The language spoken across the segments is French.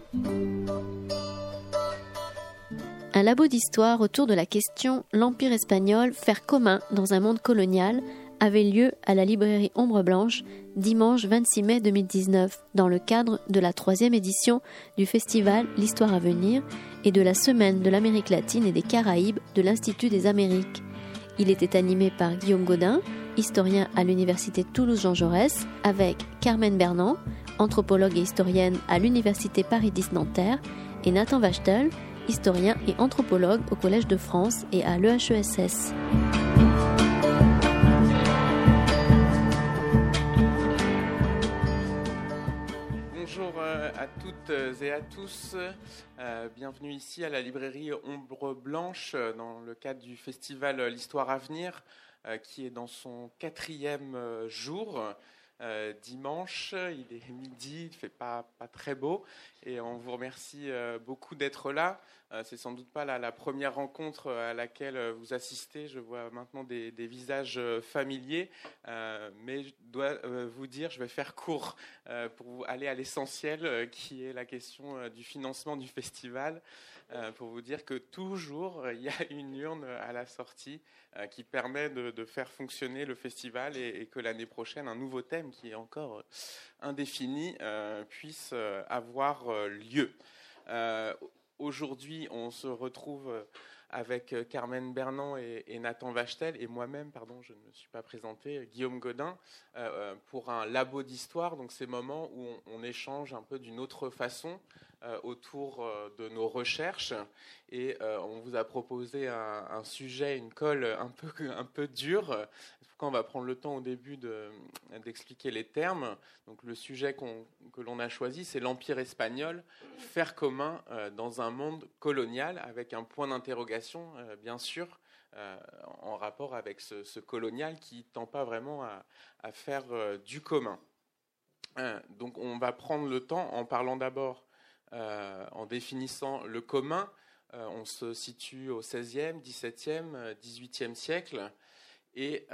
Un labo d'histoire autour de la question « L'Empire espagnol, faire commun dans un monde colonial » avait lieu à la librairie Ombre Blanche dimanche 26 mai 2019 dans le cadre de la 3e édition du festival L'Histoire à venir et de la Semaine de l'Amérique latine et des Caraïbes de l'Institut des Amériques. Il était animé par Guillaume Gaudin, historien à l'Université Toulouse-Jean Jaurès, avec Carmen Bernand, anthropologue et historienne à l'Université Paris X Nanterre, et Nathan Wachtel, historien et anthropologue au Collège de France et à l'EHESS. Bonjour à toutes et à tous, bienvenue ici à la librairie Ombre Blanche dans le cadre du festival L'Histoire à venir qui est dans son 4e jour. Dimanche, il est midi, il ne fait pas très beau et on vous remercie beaucoup d'être là. C'est sans doute pas la première rencontre à laquelle vous assistez. Je vois maintenant des visages familiers, mais je dois vous dire, je vais faire court pour aller à l'essentiel qui est la question du financement du festival. Pour vous dire que toujours il y a une urne à la sortie qui permet de faire fonctionner le festival et que l'année prochaine, un nouveau thème qui est encore indéfini puisse avoir lieu. Aujourd'hui, on se retrouve avec Carmen Bernand et Nathan Wachtel et moi-même, je ne me suis pas présenté, Guillaume Gaudin, pour un labo d'histoire, donc ces moments où on échange un peu d'une autre façon autour de nos recherches et on vous a proposé un sujet, une colle un peu dure. C'est pourquoi on va prendre le temps au début d'expliquer les termes. Donc le sujet que l'on a choisi, c'est l'Empire espagnol, faire commun dans un monde colonial, avec un point d'interrogation, bien sûr, en rapport avec ce colonial qui ne tend pas vraiment à faire du commun. Donc on va prendre le temps en parlant d'abord en définissant le commun. On se situe au XVIe, XVIIe, XVIIIe siècle et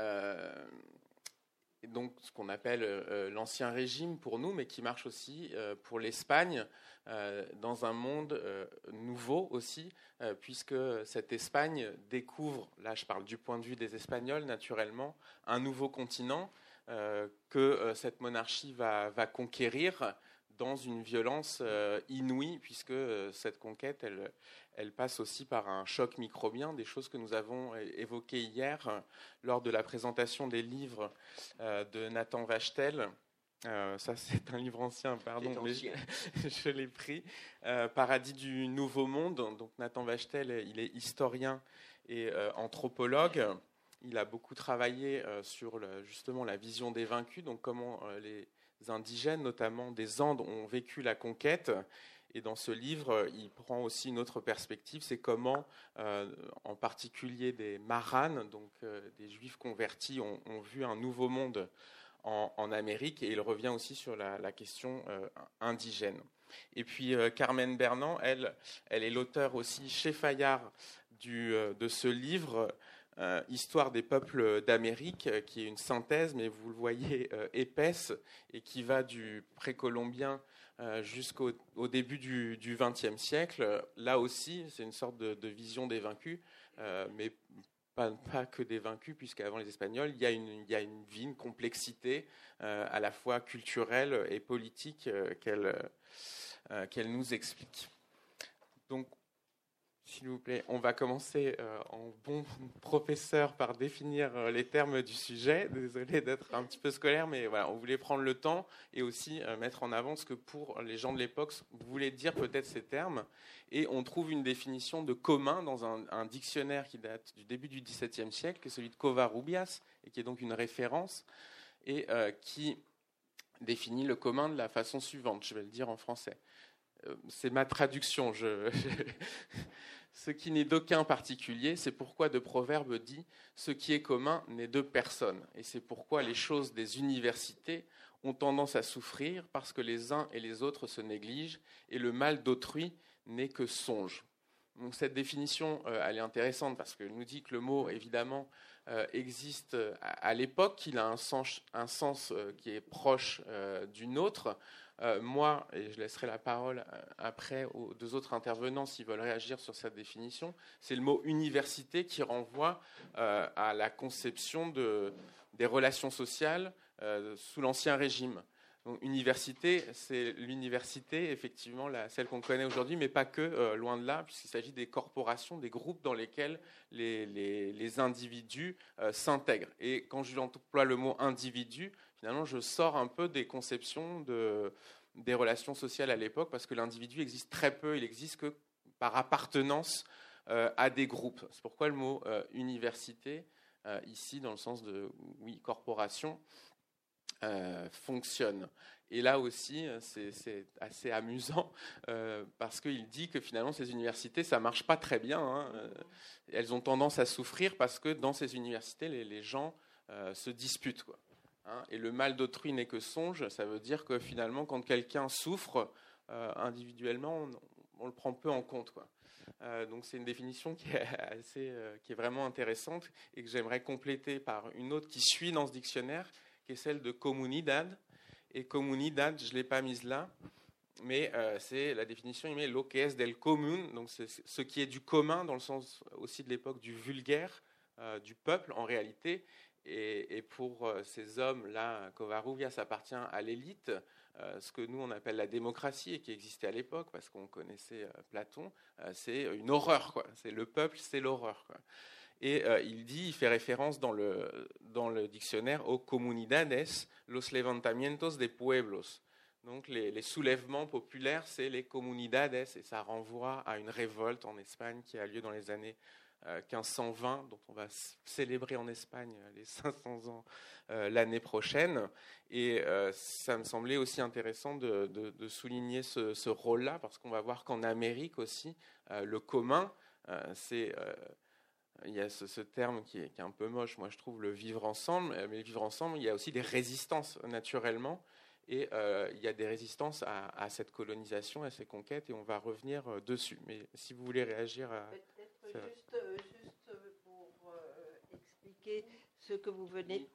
donc ce qu'on appelle l'Ancien Régime pour nous, mais qui marche aussi pour l'Espagne, dans un monde nouveau aussi, puisque cette Espagne découvre, là je parle du point de vue des Espagnols naturellement, un nouveau continent que cette monarchie va conquérir dans une violence inouïe, puisque cette conquête, elle passe aussi par un choc microbien, des choses que nous avons évoquées hier lors de la présentation des livres de Nathan Wachtel. Ça, c'est un livre ancien, pardon, mais je l'ai pris. Paradis du Nouveau Monde. Donc Nathan Wachtel, il est historien et anthropologue. Il a beaucoup travaillé sur justement la vision des vaincus, donc comment les indigènes, notamment des Andes, ont vécu la conquête. Et dans ce livre, il prend aussi une autre perspective, c'est comment, en particulier des Maranes, donc des Juifs convertis, ont vu un nouveau monde en Amérique. Et il revient aussi sur la question indigène. Et puis Carmen Bernand, elle est l'auteure aussi chez Fayard de ce livre, Histoire des peuples d'Amérique, qui est une synthèse, mais vous le voyez, épaisse, et qui va du précolombien jusqu'au début du XXe siècle. Là aussi, c'est une sorte de vision des vaincus, mais pas que des vaincus, puisqu'avant les Espagnols, il y a une vie, une complexité à la fois culturelle et politique qu'elle nous explique. Donc, s'il vous plaît, on va commencer en bon professeur par définir les termes du sujet. Désolé d'être un petit peu scolaire, mais voilà, on voulait prendre le temps et aussi mettre en avant ce que pour les gens de l'époque voulaient dire peut-être ces termes. Et on trouve une définition de commun dans un dictionnaire qui date du début du XVIIe siècle, qui est celui de Covarrubias, et qui est donc une référence, et qui définit le commun de la façon suivante. Je vais le dire en français. C'est ma traduction. Ce qui n'est d'aucun particulier, c'est pourquoi de Proverbe dit « Ce qui est commun n'est de personne ». Et c'est pourquoi les choses des universités ont tendance à souffrir parce que les uns et les autres se négligent et le mal d'autrui n'est que songe. Donc cette définition, elle est intéressante parce qu'elle nous dit que le mot, évidemment, existe à l'époque, qu'il a un sens qui est proche du nôtre. moi, et je laisserai la parole après aux deux autres intervenants s'ils veulent réagir sur cette définition, c'est le mot université qui renvoie à la conception des relations sociales sous l'Ancien Régime. Donc, université, c'est l'université, effectivement, celle qu'on connaît aujourd'hui, mais pas que, loin de là, puisqu'il s'agit des corporations, des groupes dans lesquels les individus s'intègrent. Et quand je emploie le mot individu, finalement, je sors un peu des conceptions des relations sociales à l'époque, parce que l'individu existe très peu, il existe que par appartenance à des groupes. C'est pourquoi le mot université, ici, dans le sens de, oui, corporation, fonctionne. Et là aussi, c'est assez amusant parce qu'il dit que finalement ces universités, ça marche pas très bien. Hein. Elles ont tendance à souffrir parce que dans ces universités, les gens se disputent, quoi. Hein. Et le mal d'autrui n'est que songe. Ça veut dire que finalement, quand quelqu'un souffre individuellement, on le prend peu en compte, quoi. Donc c'est une définition qui est vraiment intéressante et que j'aimerais compléter par une autre qui suit dans ce dictionnaire, qui est celle de comunidad. Et comunidad, je ne l'ai pas mise là, mais c'est la définition, il met lo que es del común, donc c'est ce qui est du commun, dans le sens aussi de l'époque du vulgaire, du peuple en réalité. Et pour ces hommes-là, Covarrubias appartient à l'élite, ce que nous on appelle la démocratie et qui existait à l'époque, parce qu'on connaissait Platon, c'est une horreur, quoi. C'est le peuple, c'est l'horreur, quoi. Et il fait référence dans le dictionnaire aux comunidades, los levantamientos de pueblos. Donc les soulèvements populaires, c'est les comunidades, et ça renvoie à une révolte en Espagne qui a lieu dans les années 1520, dont on va célébrer en Espagne les 500 ans l'année prochaine. Et ça me semblait aussi intéressant de souligner ce rôle-là, parce qu'on va voir qu'en Amérique aussi, le commun, c'est... il y a ce terme qui est un peu moche, moi je trouve, le vivre ensemble. Mais le vivre ensemble, il y a aussi des résistances naturellement. Et il y a des résistances à cette colonisation, à ces conquêtes, et on va revenir dessus. Mais si vous voulez réagir à... Peut-être juste pour expliquer ce que vous venez...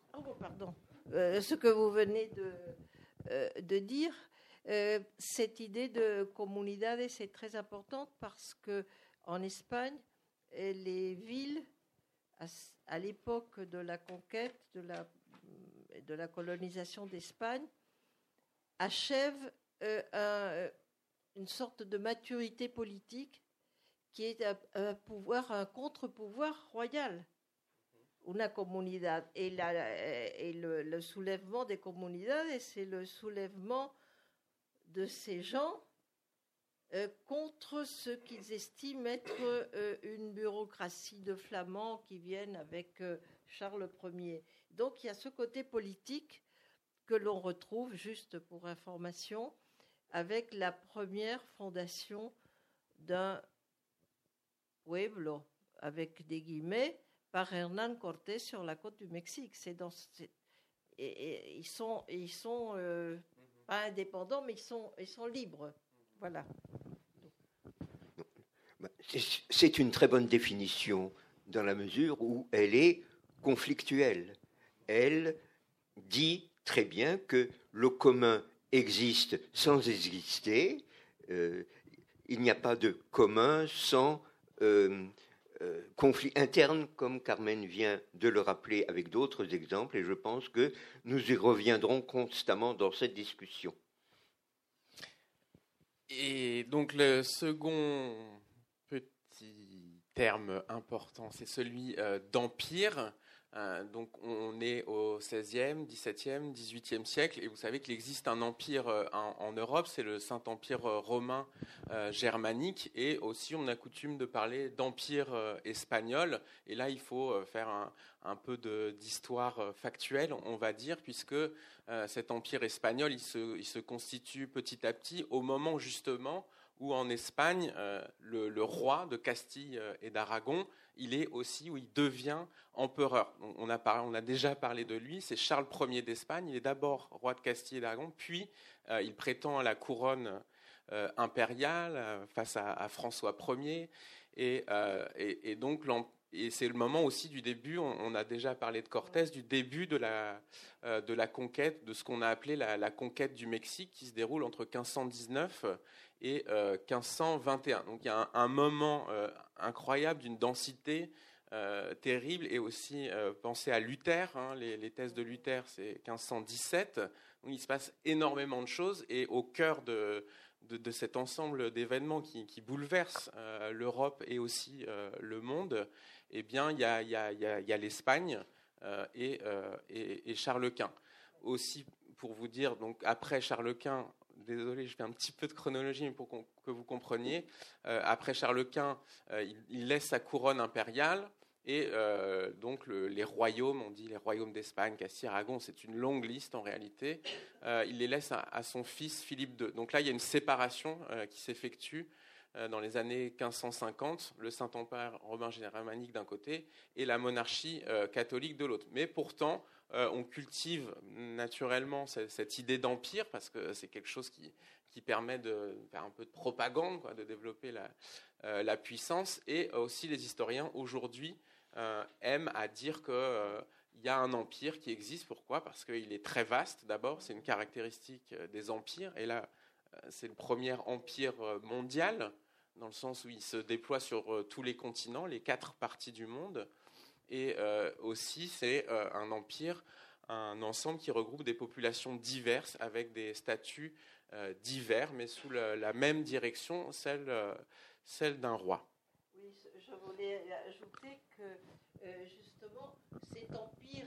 ce que vous venez de dire, cette idée de comunidades, c'est très importante parce qu'en Espagne, les villes, à l'époque de la conquête, de la colonisation d'Espagne, achèvent une sorte de maturité politique qui est un contre-pouvoir royal, una comunidad. Et le soulèvement des comunidades, c'est le soulèvement de ces gens contre ce qu'ils estiment être une bureaucratie de flamands qui viennent avec Charles Ier. Donc il y a ce côté politique que l'on retrouve, juste pour information, avec la première fondation d'un pueblo, avec des guillemets, par Hernán Cortés sur la côte du Mexique. Ils sont pas indépendants, mais ils sont libres. Voilà. C'est une très bonne définition dans la mesure où elle est conflictuelle. Elle dit très bien que le commun existe sans exister. Il n'y a pas de commun sans conflit interne, comme Carmen vient de le rappeler avec d'autres exemples, et je pense que nous y reviendrons constamment dans cette discussion. Et donc le second petit terme important, c'est celui d'empire. Donc on est au XVIe, XVIIe, XVIIIe siècle, et vous savez qu'il existe un empire en Europe, c'est le Saint-Empire romain germanique, et aussi on a coutume de parler d'empire espagnol, et là il faut faire un peu d'histoire factuelle, on va dire, puisque cet empire espagnol il se constitue petit à petit au moment justement où en Espagne, le roi de Castille et d'Aragon, il est aussi où il devient empereur. On a déjà parlé de lui, c'est Charles Ier d'Espagne. Il est d'abord roi de Castille et d'Aragon, puis il prétend à la couronne impériale face à François Ier. Et donc et c'est le moment aussi du début, on a déjà parlé de Cortés, du début de la conquête, de ce qu'on a appelé la conquête du Mexique, qui se déroule entre 1519 et 1521. Donc il y a un moment incroyable d'une densité terrible, et aussi pensez à Luther, les thèses de Luther, c'est 1517. Donc il se passe énormément de choses, et au cœur de cet ensemble d'événements qui bouleversent l'Europe et aussi le monde, eh bien, il y a l'Espagne et Charles Quint. Aussi, pour vous dire, donc après Charles Quint, désolé, je fais un petit peu de chronologie, mais pour que vous compreniez, après Charles Quint, il laisse sa couronne impériale. Et donc les royaumes, on dit les royaumes d'Espagne, Castille, Aragon, c'est une longue liste en réalité. Il les laisse à son fils Philippe II. Donc là, il y a une séparation qui s'effectue dans les années 1550, le Saint-Empire romain germanique d'un côté et la monarchie catholique de l'autre. Mais pourtant, on cultive naturellement cette idée d'empire, parce que c'est quelque chose qui permet de faire un peu de propagande, quoi, de développer la puissance. Et aussi les historiens aujourd'hui aiment à dire qu'il y a un empire qui existe. Pourquoi ? Parce qu'il est très vaste, d'abord, c'est une caractéristique des empires. Et là, c'est le premier empire mondial, dans le sens où il se déploie sur tous les continents, les 4 parties du monde. Et aussi, c'est un empire, un ensemble qui regroupe des populations diverses, avec des statuts divers, mais sous la même direction, celle d'un roi. Oui, je voulais ajouter que justement cet empire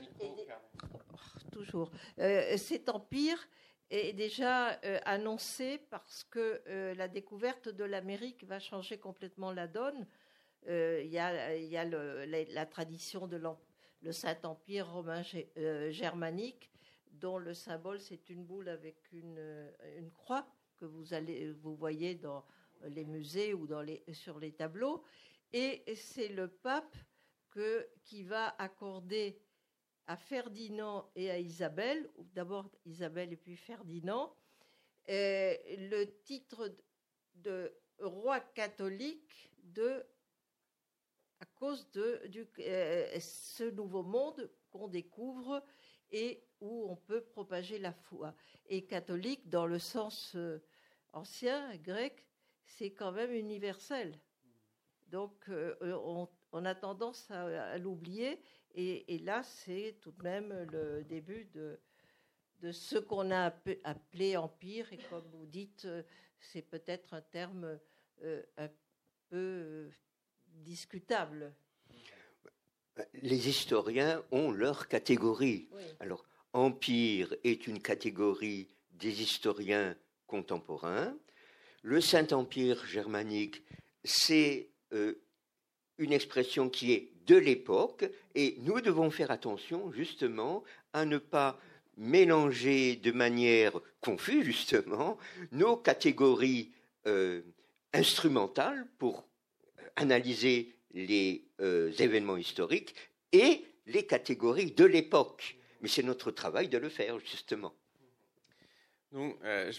cet empire est déjà annoncé, parce que la découverte de l'Amérique va changer complètement la donne. Il y a la tradition de le Saint-Empire romain germanique, dont le symbole c'est une boule avec une croix que vous voyez dans les musées ou sur les tableaux. Et c'est le pape qui va accorder à Ferdinand et à Isabelle, ou d'abord Isabelle et puis Ferdinand, le titre de roi catholique à cause de ce nouveau monde qu'on découvre et où on peut propager la foi. Et catholique, dans le sens ancien, grec, c'est quand même universel. Donc, on a tendance à l'oublier. Et là, c'est tout de même le début de ce qu'on a appelé empire. Et comme vous dites, c'est peut-être un terme un peu discutable. Les historiens ont leur catégorie. Oui. Alors, empire est une catégorie des historiens contemporains. Le Saint-Empire germanique, c'est une expression qui est de l'époque, et nous devons faire attention justement à ne pas mélanger de manière confuse justement nos catégories instrumentales pour analyser les événements historiques et les catégories de l'époque. Mais c'est notre travail de le faire justement. Donc,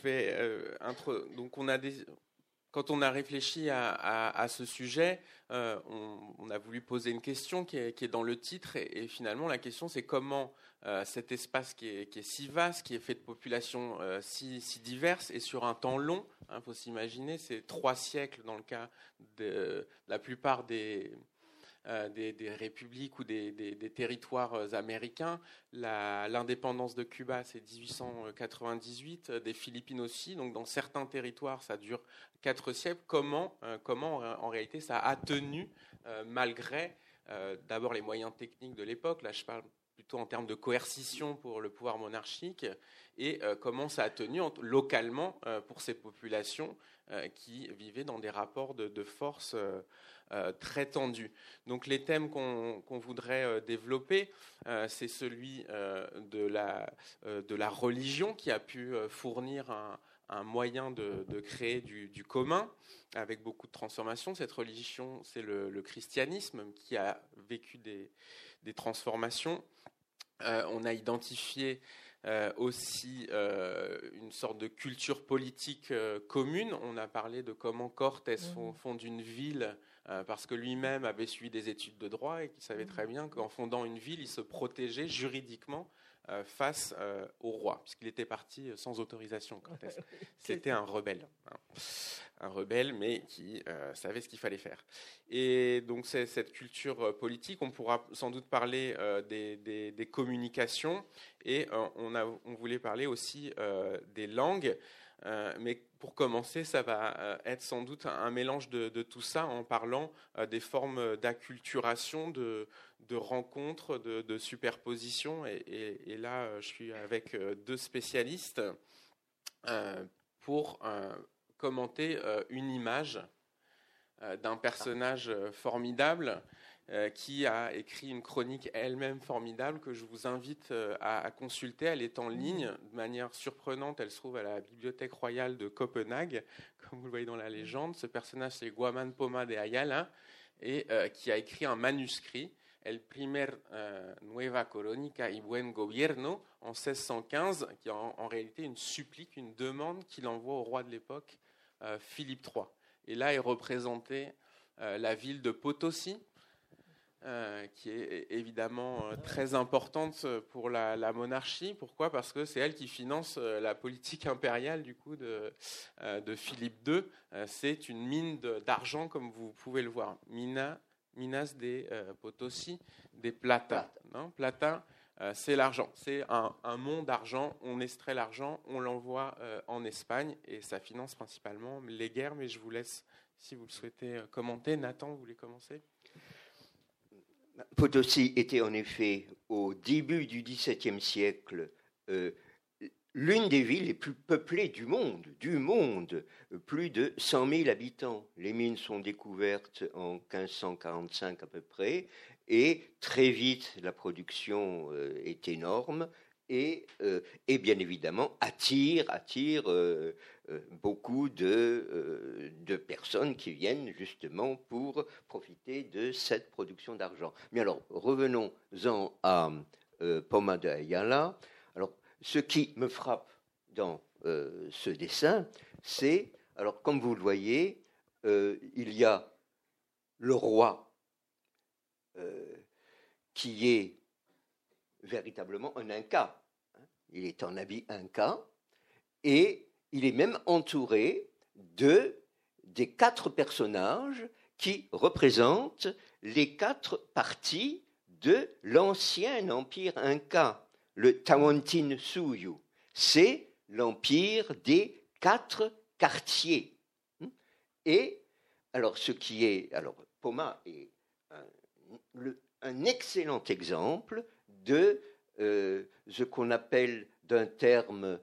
donc quand on a réfléchi à ce sujet, on a voulu poser une question qui est dans le titre, et finalement la question c'est comment cet espace qui est si vaste, qui est fait de populations si diverses et sur un temps long, faut s'imaginer, c'est 3 siècles dans le cas de la plupart des républiques ou des territoires américains. L'indépendance de Cuba, c'est 1898, des Philippines aussi. Donc dans certains territoires, ça dure 4 siècles. Comment en réalité ça a tenu malgré d'abord les moyens techniques de l'époque. Là, je parle plutôt en termes de coercition pour le pouvoir monarchique, et comment ça a tenu localement pour ces populations qui vivaient dans des rapports de force très tendus. Donc les thèmes qu'on voudrait développer, c'est celui de la religion, qui a pu fournir un moyen de créer du commun avec beaucoup de transformations. Cette religion, c'est le christianisme, qui a vécu des transformations. On a identifié aussi une sorte de culture politique commune. On a parlé de comment Cortés fonde une ville parce que lui-même avait suivi des études de droit et qu'il savait très bien qu'en fondant une ville, il se protégeait juridiquement face au roi, puisqu'il était parti sans autorisation. Cortés. C'était un rebelle. Un rebelle, mais qui savait ce qu'il fallait faire. Et donc, c'est cette culture politique. On pourra sans doute parler des communications, et on voulait parler aussi des langues. Mais pour commencer, ça va être sans doute un mélange de tout ça, en parlant des formes d'acculturation, de rencontres, de superposition. Et là, je suis avec deux spécialistes pour commenter une image d'un personnage formidable qui a écrit une chronique elle-même formidable que je vous invite à consulter. Elle est en ligne de manière surprenante. Elle se trouve à la Bibliothèque royale de Copenhague, comme vous le voyez dans la légende. Ce personnage, c'est Guamán Poma de Ayala, et qui a écrit un manuscrit, El primer Nueva Crónica y Buen Gobierno, en 1615, qui est en réalité une supplique, une demande qu'il envoie au roi de l'époque, Philippe III. Et là est représentée la ville de Potosi, qui est évidemment très importante pour la monarchie. Pourquoi ? Parce que c'est elle qui finance la politique impériale du coup de Philippe II. C'est une mine d'argent, comme vous pouvez le voir. Minas de Potosi de Plata. Plata, c'est l'argent. C'est un mont d'argent. On extrait l'argent, on l'envoie en Espagne, et ça finance principalement les guerres. Mais je vous laisse, si vous le souhaitez, commenter. Nathan, vous voulez commencer ? Potosi était en effet, au début du XVIIe siècle, l'une des villes les plus peuplées du monde, plus de 100 000 habitants. Les mines sont découvertes en 1545 à peu près, et très vite la production est énorme et bien évidemment attire beaucoup de personnes qui viennent justement pour profiter de cette production d'argent. Mais alors, revenons-en à Poma de Ayala. Alors, ce qui me frappe dans ce dessin, c'est, alors comme vous le voyez, il y a le roi qui est véritablement un Inca. Il est en habit Inca, et il est même entouré des 4 personnages qui représentent les 4 parties de l'ancien empire Inca. Le Tawantinsuyu, c'est l'empire des 4 quartiers. Et alors, Poma est un excellent exemple de ce qu'on appelle d'un terme,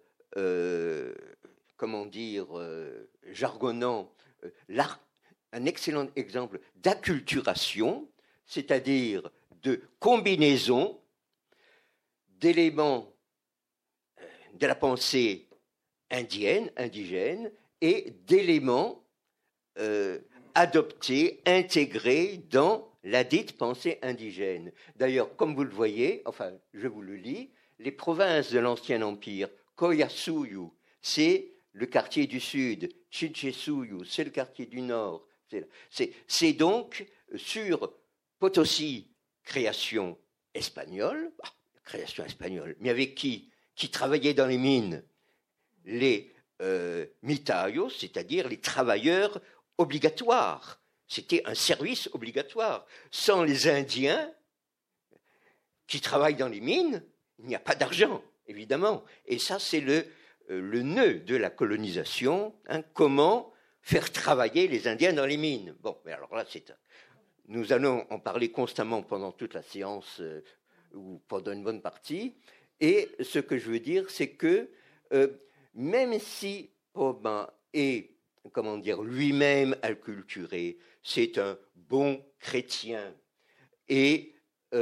jargonnant, un excellent exemple d'acculturation, c'est-à-dire de combinaison d'éléments de la pensée indigène, et d'éléments adoptés, intégrés dans la dite pensée indigène. D'ailleurs, comme vous le voyez, enfin, je vous le lis, les provinces de l'ancien empire, Koyasuyu, c'est le quartier du sud, Chichesuyu, c'est le quartier du nord. C'est donc sur Potosi, création espagnole, mais avec qui travaillait dans les mines? Les mitayos, c'est-à-dire les travailleurs obligatoires. C'était un service obligatoire. Sans les Indiens qui travaillent dans les mines, il n'y a pas d'argent, évidemment. Et ça, c'est le nœud de la colonisation. Comment faire travailler les Indiens dans les mines? Bon, mais alors là, nous allons en parler constamment pendant toute la séance, ou pendant une bonne partie. Et ce que je veux dire, c'est que même si Poma est, lui-même acculturé, c'est un bon chrétien, et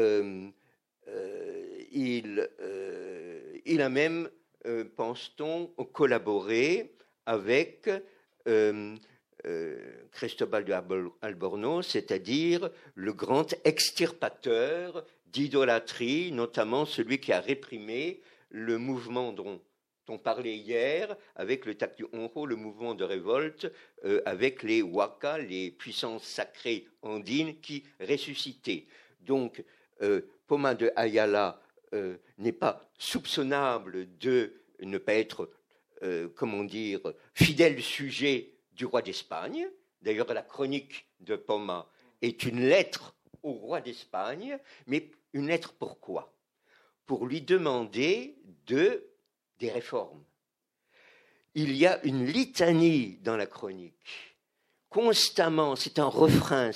il a même, pense-t-on, collaboré avec Cristobal de Albornoz, c'est-à-dire le grand extirpateur d'idolâtrie, notamment celui qui a réprimé le mouvement dont on parlait hier, avec le Tacuonjo, le mouvement de révolte, avec les Huacas, les puissances sacrées andines qui ressuscitaient. Donc, Poma de Ayala n'est pas soupçonnable de ne pas être, fidèle sujet du roi d'Espagne. D'ailleurs, la chronique de Poma est une lettre au roi d'Espagne, mais une lettre pourquoi ? Pour lui demander des réformes. Il y a une litanie dans la chronique. Constamment, c'est un refrain.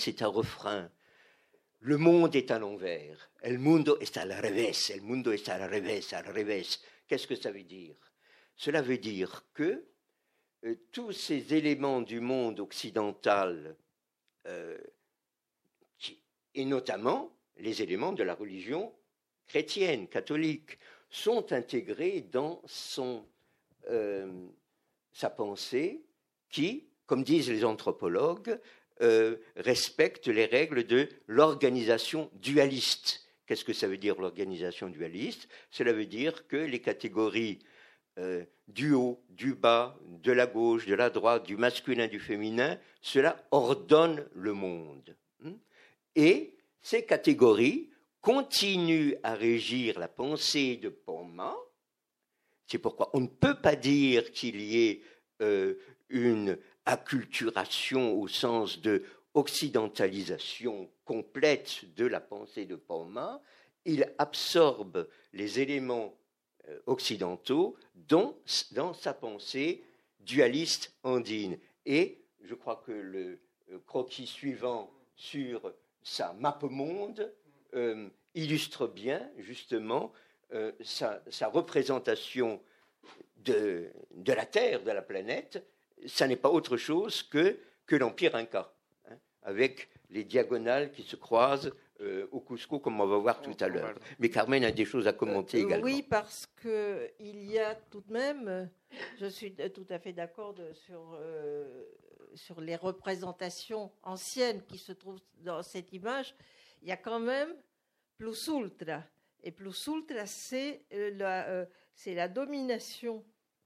Le monde est à l'envers. El mundo está al revés. El mundo está al revés, al revés. Qu'est-ce que ça veut dire ? Cela veut dire que tous ces éléments du monde occidental, et notamment les éléments de la religion chrétienne, catholique, sont intégrés dans sa pensée qui, comme disent les anthropologues, respecte les règles de l'organisation dualiste. Qu'est-ce que ça veut dire l'organisation dualiste ? Cela veut dire que les catégories du haut, du bas, de la gauche, de la droite, du masculin, du féminin, cela ordonne le monde. Et ces catégories continue à régir la pensée de Poma. C'est pourquoi on ne peut pas dire qu'il y ait une acculturation au sens de occidentalisation complète de la pensée de Poma. Il absorbe les éléments occidentaux dans sa pensée dualiste andine. Et je crois que le croquis suivant sur sa map-monde illustre bien justement sa représentation de la Terre, de la planète. Ça n'est pas autre chose que l'Empire Inca, avec les diagonales qui se croisent au Cusco, comme on va voir tout à l'heure. Mais Carmen a des choses à commenter également. Oui, parce qu'il y a tout de même, je suis tout à fait d'accord sur les représentations anciennes qui se trouvent dans cette image. Il y a quand même plus ultra. Et plus ultra, c'est la domination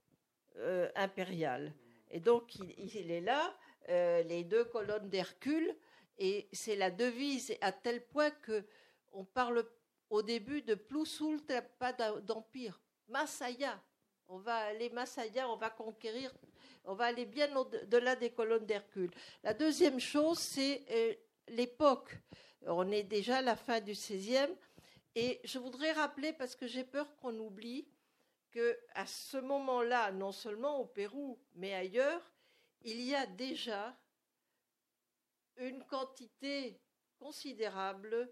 impériale. Et donc, il est là, les deux colonnes d'Hercule, et c'est la devise à tel point qu'on parle au début de plus ultra, pas d'empire. Masaya. On va aller Masaya, on va conquérir, on va aller bien au-delà des colonnes d'Hercule. La deuxième chose, c'est l'époque. On est déjà à la fin du XVIe, et je voudrais rappeler, parce que j'ai peur qu'on oublie, qu'à ce moment-là, non seulement au Pérou, mais ailleurs, il y a déjà une quantité considérable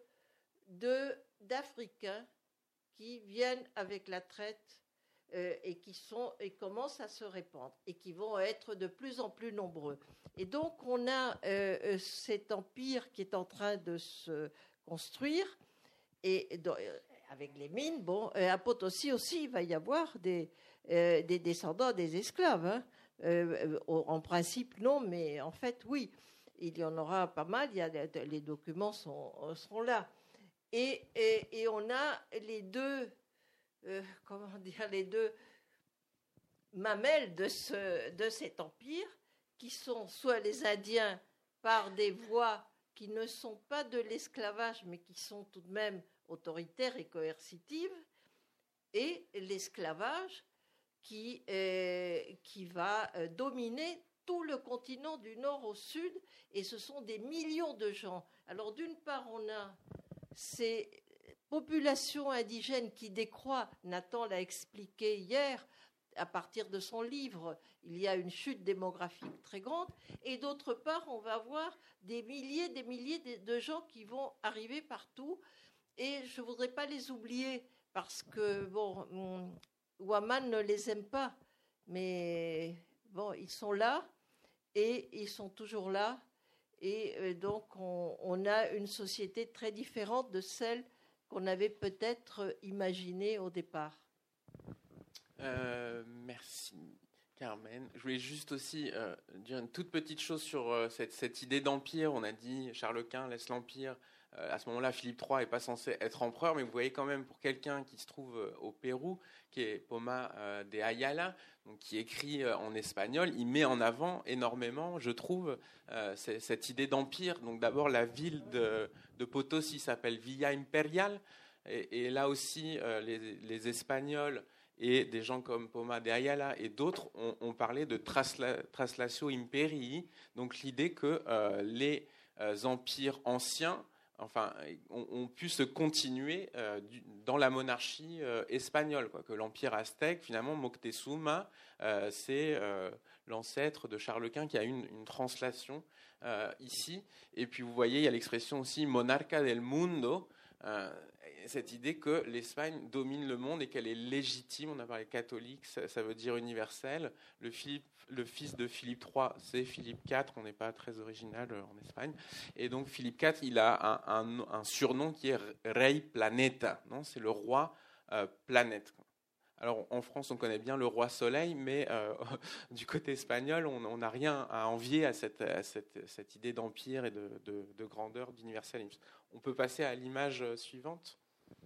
d'Africains qui viennent avec la traite et qui commencent à se répandre et qui vont être de plus en plus nombreux. Et donc, on a cet empire qui est en train de se construire et avec les mines. Bon, à Potosi aussi, il va y avoir des descendants des esclaves. En principe, non, mais en fait, oui. Il y en aura pas mal. Les documents seront là. Et on a les deux mamelles de cet empire, qui sont soit les Indiens par des voies qui ne sont pas de l'esclavage, mais qui sont tout de même autoritaires et coercitives, et l'esclavage qui va dominer tout le continent du nord au sud, et ce sont des millions de gens. Alors d'une part, on a ces populations indigènes qui décroît. Nathan l'a expliqué hier, à partir de son livre, il y a une chute démographique très grande, et d'autre part, on va avoir des milliers de gens qui vont arriver partout, et je ne voudrais pas les oublier, parce que, bon, Ouaman ne les aime pas, mais bon, ils sont là, et ils sont toujours là, et donc on a une société très différente de celle qu'on avait peut-être imaginée au départ. Merci Carmen. Je voulais juste aussi dire une toute petite chose sur cette idée d'empire. On a dit Charles Quint laisse l'empire à ce moment-là, Philippe III n'est pas censé être empereur, mais vous voyez quand même, pour quelqu'un qui se trouve au Pérou, qui est Poma de Ayala, donc qui écrit en espagnol, il met en avant énormément, je trouve, cette idée d'empire. Donc d'abord, la ville de Potosi s'appelle Villa Imperial, et là aussi, les Espagnols et des gens comme Poma de Ayala et d'autres ont parlé de traslatio imperii, donc l'idée que les empires anciens ont pu se continuer dans la monarchie espagnole, quoi. Que l'empire aztèque, finalement, Moctezuma, c'est l'ancêtre de Charles Quint qui a une translation ici. Et puis vous voyez, il y a l'expression aussi monarca del mundo, cette idée que l'Espagne domine le monde et qu'elle est légitime. On a parlé catholique, ça veut dire universel. Le fils de Philippe III, c'est Philippe IV. On n'est pas très original en Espagne. Et donc Philippe IV, il a un surnom qui est Rei Planeta. Non, c'est le roi planète. Alors en France, on connaît bien le roi Soleil, mais du côté espagnol, on n'a rien à envier à cette idée d'empire et de grandeur, d'universalisme. On peut passer à l'image suivante.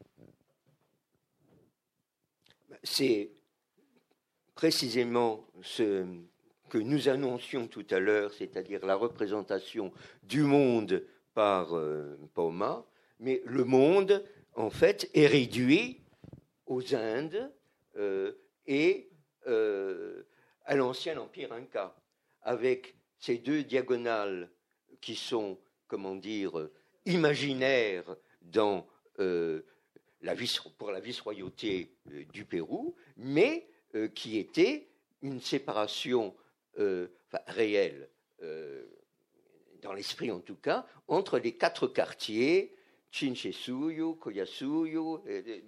C'est précisément ce que nous annoncions tout à l'heure, c'est-à-dire la représentation du monde par Poma, mais le monde, en fait, est réduit aux Indes et à l'ancien empire Inca, avec ces deux diagonales qui sont, comment dire, imaginaires dans pour la vice-royauté du Pérou, mais qui était une séparation réelle, dans l'esprit en tout cas, entre les quatre quartiers, Chinchesuyo, Collasuyo,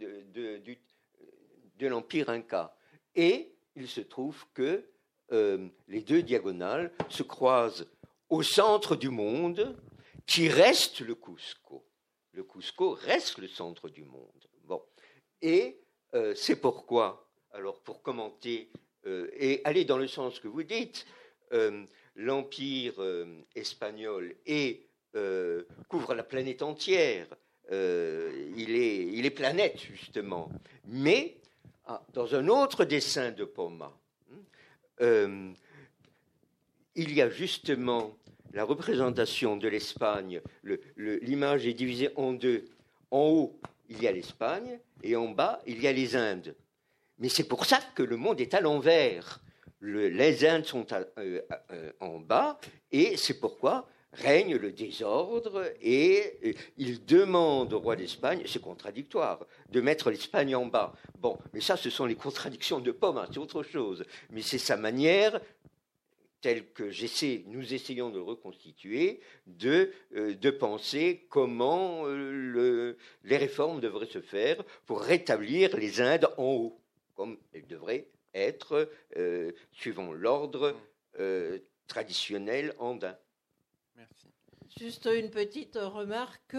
de l'Empire Inca. Et il se trouve que les deux diagonales se croisent au centre du monde, qui reste le Cusco. Le Cusco reste le centre du monde. Bon. Et c'est pourquoi, alors pour commenter et aller dans le sens que vous dites, l'Empire espagnol couvre la planète entière. Il est planète, justement. Mais, dans un autre dessin de Poma, il y a justement la représentation de l'Espagne. L'image est divisée en deux. En haut, il y a l'Espagne, et en bas, il y a les Indes. Mais c'est pour ça que le monde est à l'envers. Les Indes sont en bas, et c'est pourquoi règne le désordre, et il demande au roi d'Espagne, c'est contradictoire, de mettre l'Espagne en bas. Bon, mais ça, ce sont les contradictions de Poma, c'est autre chose. Mais c'est sa manière, telle que nous essayons de le reconstituer, de penser comment les réformes devraient se faire pour rétablir les Indes en haut, comme elles devraient être, suivant l'ordre traditionnel andin. Merci. Juste une petite remarque,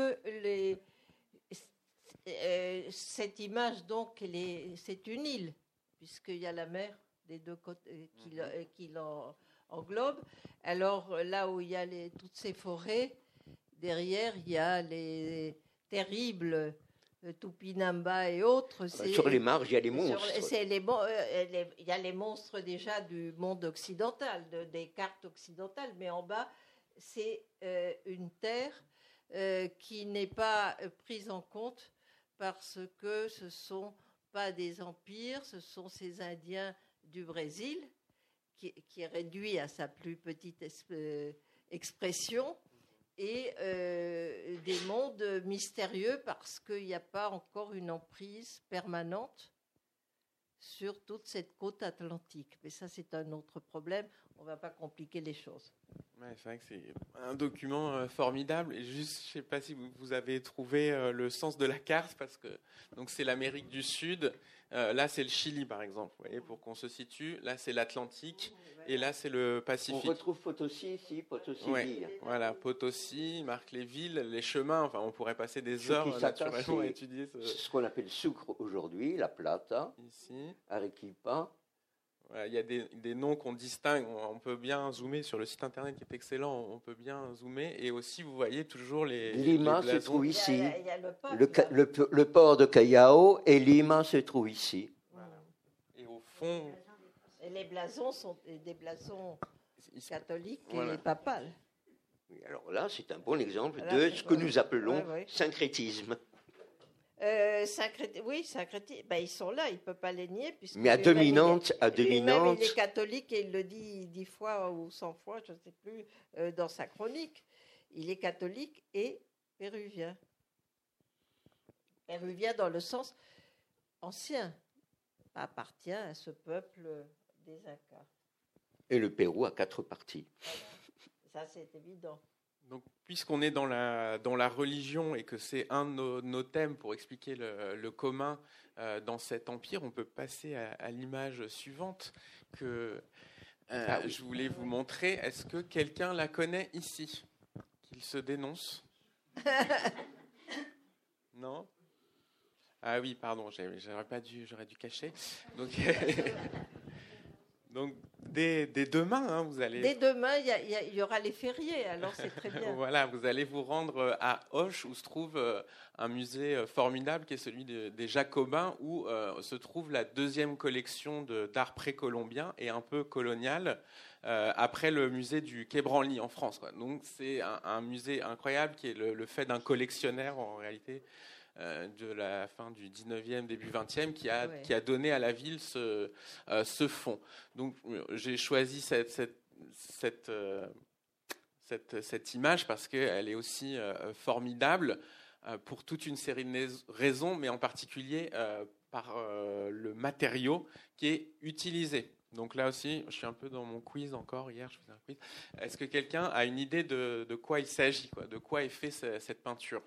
cette image, donc, c'est une île, puisqu'il y a la mer des deux côtés qui l'englobe. Alors, là où il y a toutes ces forêts, derrière, il y a les terribles Tupinamba et autres. Sur les marges, il y a les monstres. Il y a les monstres déjà du monde occidental, des cartes occidentales, mais en bas, c'est une terre qui n'est pas prise en compte parce que ce ne sont pas des empires, ce sont ces Indiens du Brésil qui est réduit à sa plus petite expression, et des mondes mystérieux parce qu'il n'y a pas encore une emprise permanente sur toute cette côte atlantique. Mais ça, c'est un autre problème. On ne va pas compliquer les choses. Ouais, c'est vrai que c'est un document formidable. Et juste, je ne sais pas si vous avez trouvé le sens de la carte, parce que donc c'est l'Amérique du Sud. Là, c'est le Chili, par exemple. Vous voyez, pour qu'on se situe. Là, c'est l'Atlantique. Et là, c'est le Pacifique. On retrouve Potosi ici, Potosi. Ouais, voilà, Potosi marque les villes, les chemins. Enfin, on pourrait passer des heures naturellement à étudier ce qu'on appelle sucre aujourd'hui, La Plata, ici. Arequipa. Voilà, il y a des noms qu'on distingue. On peut bien zoomer sur le site internet qui est excellent. On peut bien zoomer. Et aussi, vous voyez toujours Lima les se blasons. trouve ici. Il y a le port, Le port de Callao et Lima se trouve ici. Voilà. Et au fond, et les blasons sont des blasons catholiques voilà. et papales. Oui, alors là, c'est un bon exemple Là, de c'est ce que quoi nous appelons Ouais. syncrétisme. Oui, syncrétisme. Ben, ils sont là, il ne peut pas les nier. Mais à dominante, Lui-même, il est catholique et il le dit 10 fois ou 100 fois, je ne sais plus, dans sa chronique. Il est catholique et péruvien. Péruvien dans le sens ancien, appartient à ce peuple des Incas. Et le Pérou a 4 parties. Ça, c'est évident. donc, puisqu'on est dans la religion et que c'est un de nos thèmes pour expliquer le commun dans cet empire, on peut passer à l'image suivante que je voulais vous montrer. Est-ce que quelqu'un la connaît ici? Qu'il se dénonce? Non? Ah oui, pardon, j'aurais dû cacher. Donc dès demain, hein, vous allez. Dès demain, il y aura les fériés, alors c'est très bien. Voilà, vous allez vous rendre à Auch, où se trouve un musée formidable qui est celui des Jacobins, où se trouve la deuxième collection d'art précolombien et un peu colonial, après le musée du Quai Branly en France, quoi. Donc c'est un musée incroyable qui est le fait d'un collectionneur en réalité. De la fin du 19e, début 20e, qui a donné à la ville ce fonds. Donc j'ai choisi cette image parce qu'elle est aussi formidable pour toute une série de raisons, mais en particulier par le matériau qui est utilisé. Donc là aussi, je suis un peu dans mon quiz encore. Hier, je faisais un quiz. Est-ce que quelqu'un a une idée de quoi il s'agit, quoi, de quoi est fait cette peinture?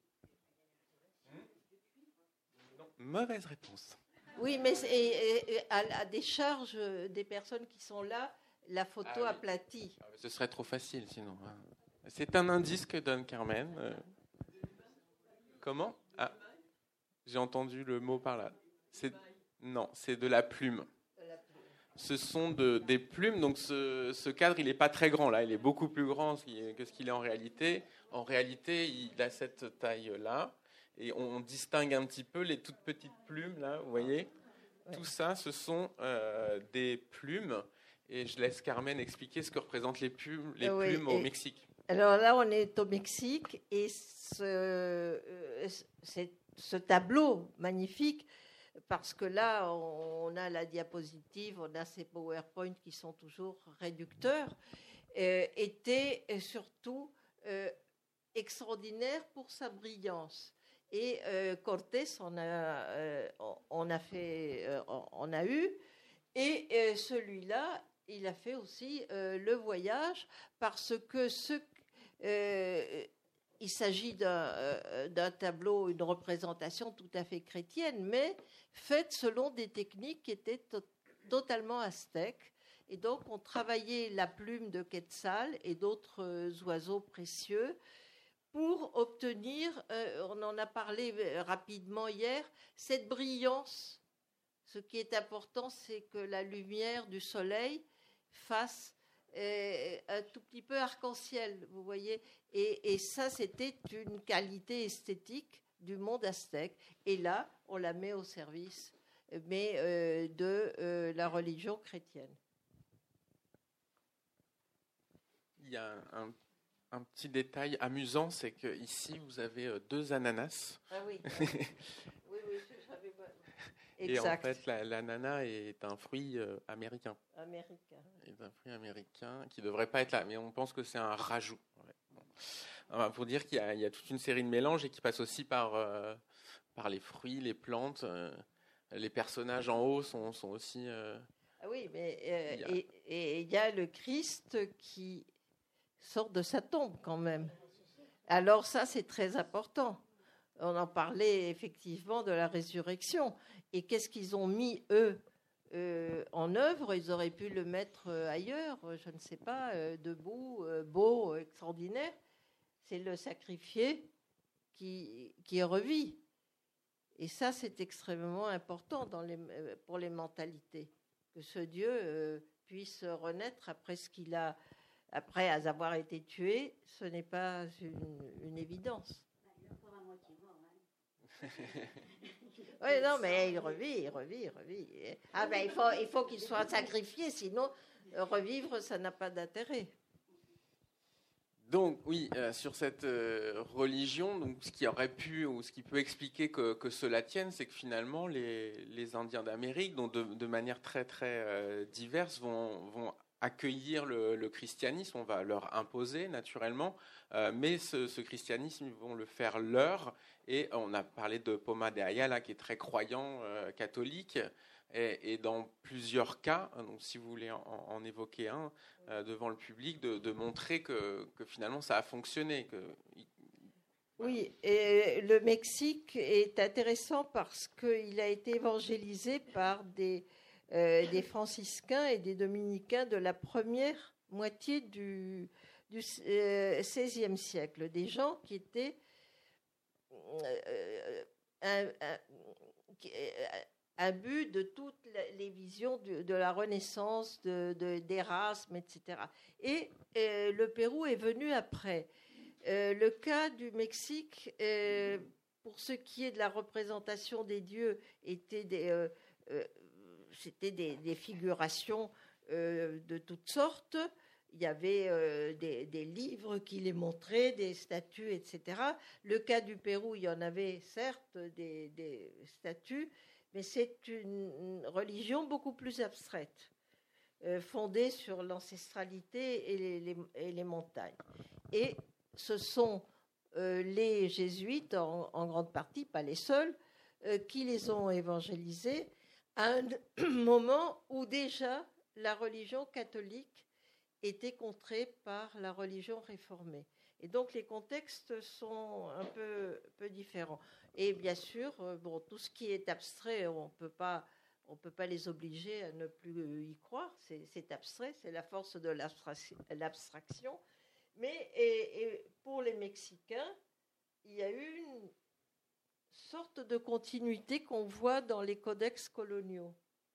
Mauvaise réponse. Oui, mais à des charges des personnes qui sont là, la photo aplatie. Ce serait trop facile sinon. C'est un indice que donne Carmen. Comment? J'ai entendu le mot par là. Non, c'est de la plume. Ce sont des plumes. Donc ce cadre, il n'est pas très grand là. Il est beaucoup plus grand que ce qu'il est en réalité. En réalité, il a cette taille-là. Et on distingue un petit peu les toutes petites plumes, là, vous voyez. Ouais. Tout ça, ce sont des plumes. Et je laisse Carmen expliquer ce que représentent les plumes au Mexique. Alors là, on est au Mexique et ce tableau magnifique, parce que là, on a la diapositive, on a ces PowerPoint qui sont toujours réducteurs, était surtout extraordinaire pour sa brillance. Et Cortés on a eu, et celui-là, il a fait aussi le voyage, parce que il s'agit d'un tableau, une représentation tout à fait chrétienne, mais faite selon des techniques qui étaient totalement aztèques. Et donc, on travaillait la plume de Quetzal et d'autres oiseaux précieux pour obtenir, on en a parlé rapidement hier, cette brillance. Ce qui est important, c'est que la lumière du soleil fasse un tout petit peu arc-en-ciel, vous voyez. Et ça, c'était une qualité esthétique du monde aztèque. Et là, on la met au service de la religion chrétienne. Il y a un petit détail amusant, c'est qu'ici, vous avez 2 ananas. Ah oui, oui, je savais pas. Exact. Et en fait, l'ananas est un fruit américain. C'est un fruit américain qui ne devrait pas être là, mais on pense que c'est un rajout. Ouais. Bon. Pour dire qu'il y a toute une série de mélanges et qui passe aussi par les fruits, les plantes. Les personnages en haut sont aussi... Ah oui, mais il y a le Christ qui sort de sa tombe quand même. Alors ça, c'est très important. On en parlait effectivement de la résurrection. Et qu'est-ce qu'ils ont mis, eux, en œuvre? Ils auraient pu le mettre ailleurs, je ne sais pas, debout, beau, extraordinaire. C'est le sacrifié qui revit. Et ça, c'est extrêmement important pour les mentalités. que ce Dieu puisse renaître après avoir été tué, ce n'est pas une évidence. Oui, non, mais il revit. Ah ben, il faut qu'il soit sacrifié, sinon revivre, ça n'a pas d'intérêt. Donc oui, sur cette religion, donc ce qui aurait pu ou ce qui peut expliquer que cela tienne, c'est que finalement les Indiens d'Amérique, dont de manière très très diverse, vont accueillir le christianisme, on va leur imposer naturellement, mais ce christianisme, ils vont le faire leur. Et on a parlé de Poma de Ayala, qui est très croyant catholique, et dans plusieurs cas, donc si vous voulez en évoquer un devant le public, de montrer que finalement ça a fonctionné. Oui, et le Mexique est intéressant parce qu'il a été évangélisé par des franciscains et des dominicains de la première moitié du XVIe siècle, des gens qui étaient imbus de toutes les visions de la Renaissance, d'Erasme, etc. Et le Pérou est venu après. Le cas du Mexique, pour ce qui est de la représentation des dieux, c'était des figurations de toutes sortes. Il y avait des livres qui les montraient, des statues, etc. Le cas du Pérou, il y en avait certes des statues, mais c'est une religion beaucoup plus abstraite, fondée sur l'ancestralité et les montagnes. Et ce sont les jésuites, en grande partie, pas les seuls, qui les ont évangélisés à un moment où déjà la religion catholique était contrée par la religion réformée. Et donc les contextes sont un peu différents. Et bien sûr, tout ce qui est abstrait, on peut pas les obliger à ne plus y croire. C'est abstrait, c'est la force de l'abstraction. Mais et pour les Mexicains, il y a eu une sorte de continuité qu'on voit dans les codex coloniaux,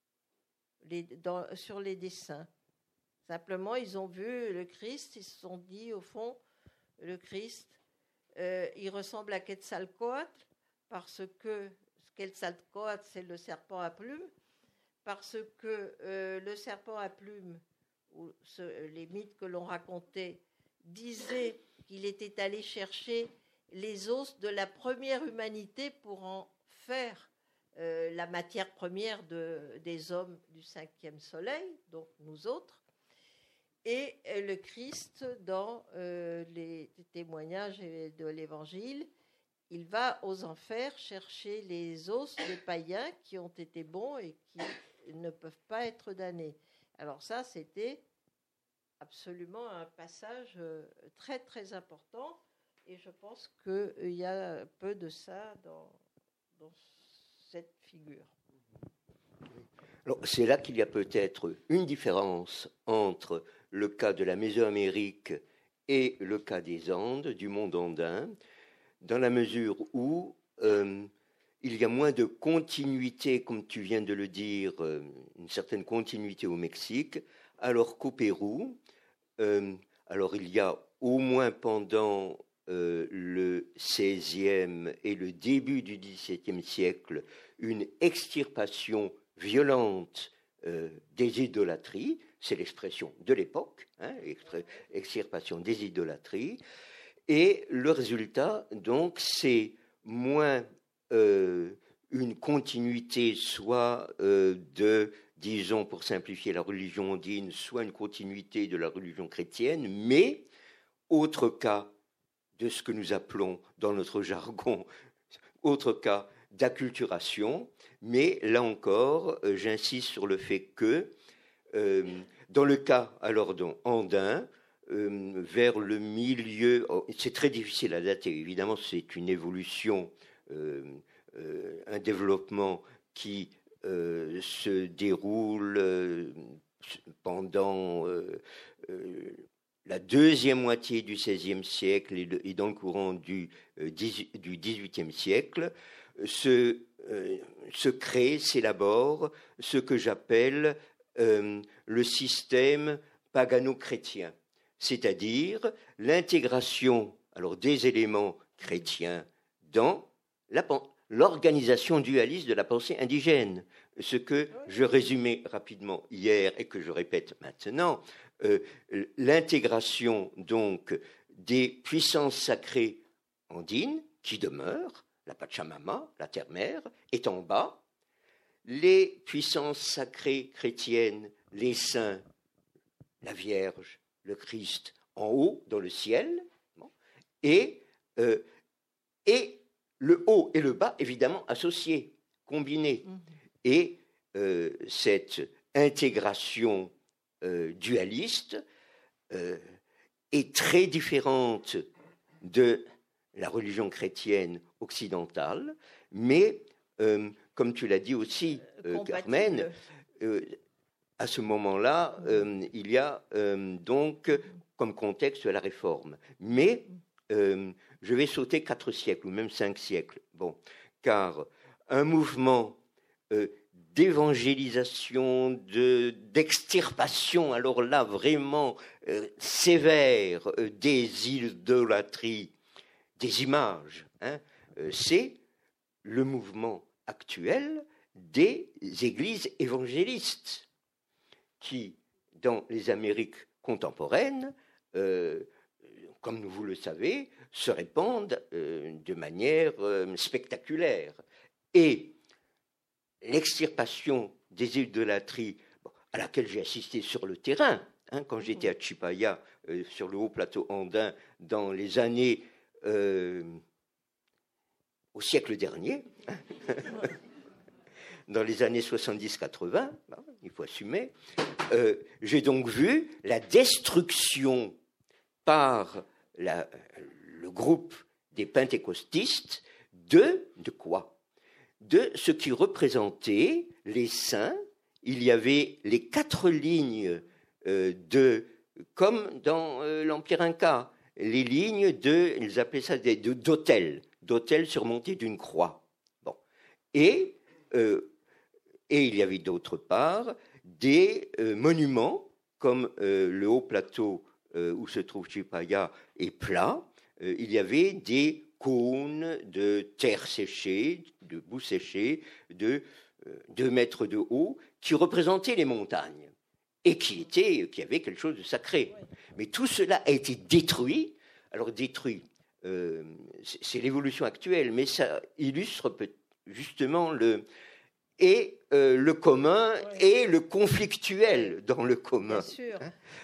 sur les dessins. Simplement, ils ont vu le Christ, ils se sont dit, au fond, le Christ, il ressemble à Quetzalcoatl, parce que Quetzalcoatl, c'est le serpent à plumes, parce que le serpent à plumes, les mythes que l'on racontait, disaient qu'il était allé chercher les os de la première humanité pour en faire la matière première des hommes du 5e soleil, donc nous autres. Et le Christ, dans les témoignages de l'Évangile, il va aux enfers chercher les os des païens qui ont été bons et qui ne peuvent pas être damnés. Alors ça, c'était absolument un passage très, très important. Et je pense qu'il y a peu de ça dans cette figure. Alors, c'est là qu'il y a peut-être une différence entre le cas de la Mésoamérique et le cas des Andes, du monde andin, dans la mesure où il y a moins de continuité, comme tu viens de le dire, une certaine continuité au Mexique, alors qu'au Pérou, alors il y a au moins pendant le XVIe et le début du XVIIe siècle une extirpation violente des idolâtries, c'est l'expression de l'époque, extirpation des idolâtries, et le résultat, donc, c'est moins une continuité soit de, disons, pour simplifier, la religion andine, soit une continuité de la religion chrétienne, mais, autre cas de ce que nous appelons dans notre jargon, autre cas d'acculturation, mais là encore, j'insiste sur le fait que, dans le cas alors andin, vers le milieu, c'est très difficile à dater, évidemment c'est une évolution, un développement qui se déroule pendant la deuxième moitié du XVIe siècle et dans le courant du XVIIIe siècle, se crée, s'élabore ce que j'appelle le système pagano-chrétien, c'est-à-dire l'intégration des éléments chrétiens dans l'organisation dualiste de la pensée indigène. Ce que je résumais rapidement hier et que je répète maintenant, l'intégration donc des puissances sacrées andines qui demeurent, la Pachamama, la terre-mère, est en bas, les puissances sacrées chrétiennes, les saints, la Vierge, le Christ, en haut, dans le ciel, et le haut et le bas, évidemment, associés, combinés. Et cette intégration dualiste est très différente de la religion chrétienne occidentale, mais, comme tu l'as dit aussi, Carmen, à ce moment-là, il y a donc comme contexte la réforme. Mais je vais sauter 4 siècles, ou même 5 siècles. Bon, car un mouvement d'évangélisation, d'extirpation, alors là, vraiment sévère, des idolâtries, des images, c'est le mouvement actuel des églises évangélistes qui, dans les Amériques contemporaines, comme vous le savez, se répandent de manière spectaculaire. Et l'extirpation des idolâtries, à laquelle j'ai assisté sur le terrain, quand j'étais à Chipaya, sur le haut plateau andin, dans les années au siècle dernier, dans les années 70-80, il faut assumer, j'ai donc vu la destruction par le groupe des pentecostistes de quoi ? De ce qui représentait les saints. Il y avait les 4 lignes comme dans l'Empire Inca, les lignes ils appelaient ça d'autels surmontés d'une croix. Bon. Et il y avait d'autre part des monuments, comme le haut plateau où se trouve Chipaya est plat. Il y avait des cônes de terre séchée, de boue séchée, de 2 mètres de haut, qui représentaient les montagnes et qui avaient quelque chose de sacré. Mais tout cela a été détruit. Alors détruit, c'est l'évolution actuelle, mais ça illustre justement le commun et le conflictuel dans le commun. Bien sûr.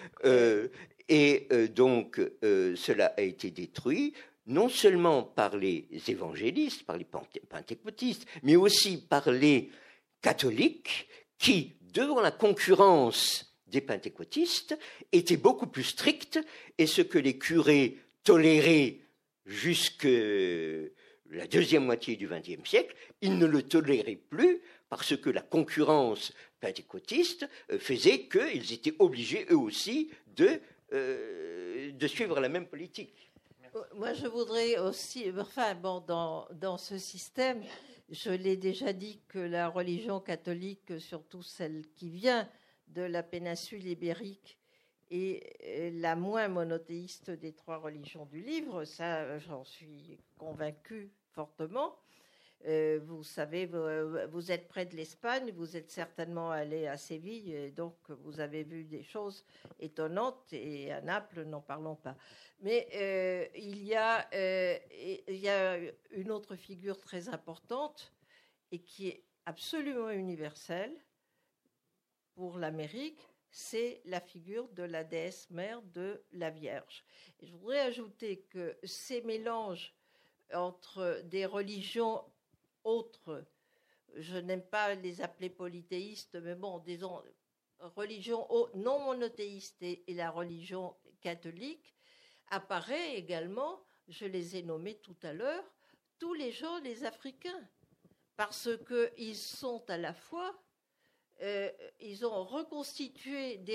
Donc, cela a été détruit, non seulement par les évangélistes, par les pentecôtistes, mais aussi par les catholiques qui, devant la concurrence des pentecôtistes, étaient beaucoup plus stricts, et ce que les curés toléraient jusque la deuxième moitié du XXe siècle, ils ne le toléraient plus parce que la concurrence pentecôtiste faisait qu'ils étaient obligés, eux aussi, de suivre la même politique. Moi, je voudrais aussi, dans ce système, je l'ai déjà dit que la religion catholique, surtout celle qui vient de la péninsule ibérique, est la moins monothéiste des 3 religions du livre. Ça, j'en suis convaincue fortement. Vous savez, vous êtes près de l'Espagne, vous êtes certainement allé à Séville, et donc vous avez vu des choses étonnantes, et à Naples, n'en parlons pas. Mais il y a une autre figure très importante et qui est absolument universelle pour l'Amérique, c'est la figure de la déesse mère de la Vierge. Et je voudrais ajouter que ces mélanges entre des religions autres, je n'aime pas les appeler polythéistes, mais bon, disons religions non monothéistes et la religion catholique, apparaît également, je les ai nommés tout à l'heure, tous les gens, les Africains, parce qu'ils sont à la fois, ils ont reconstitué des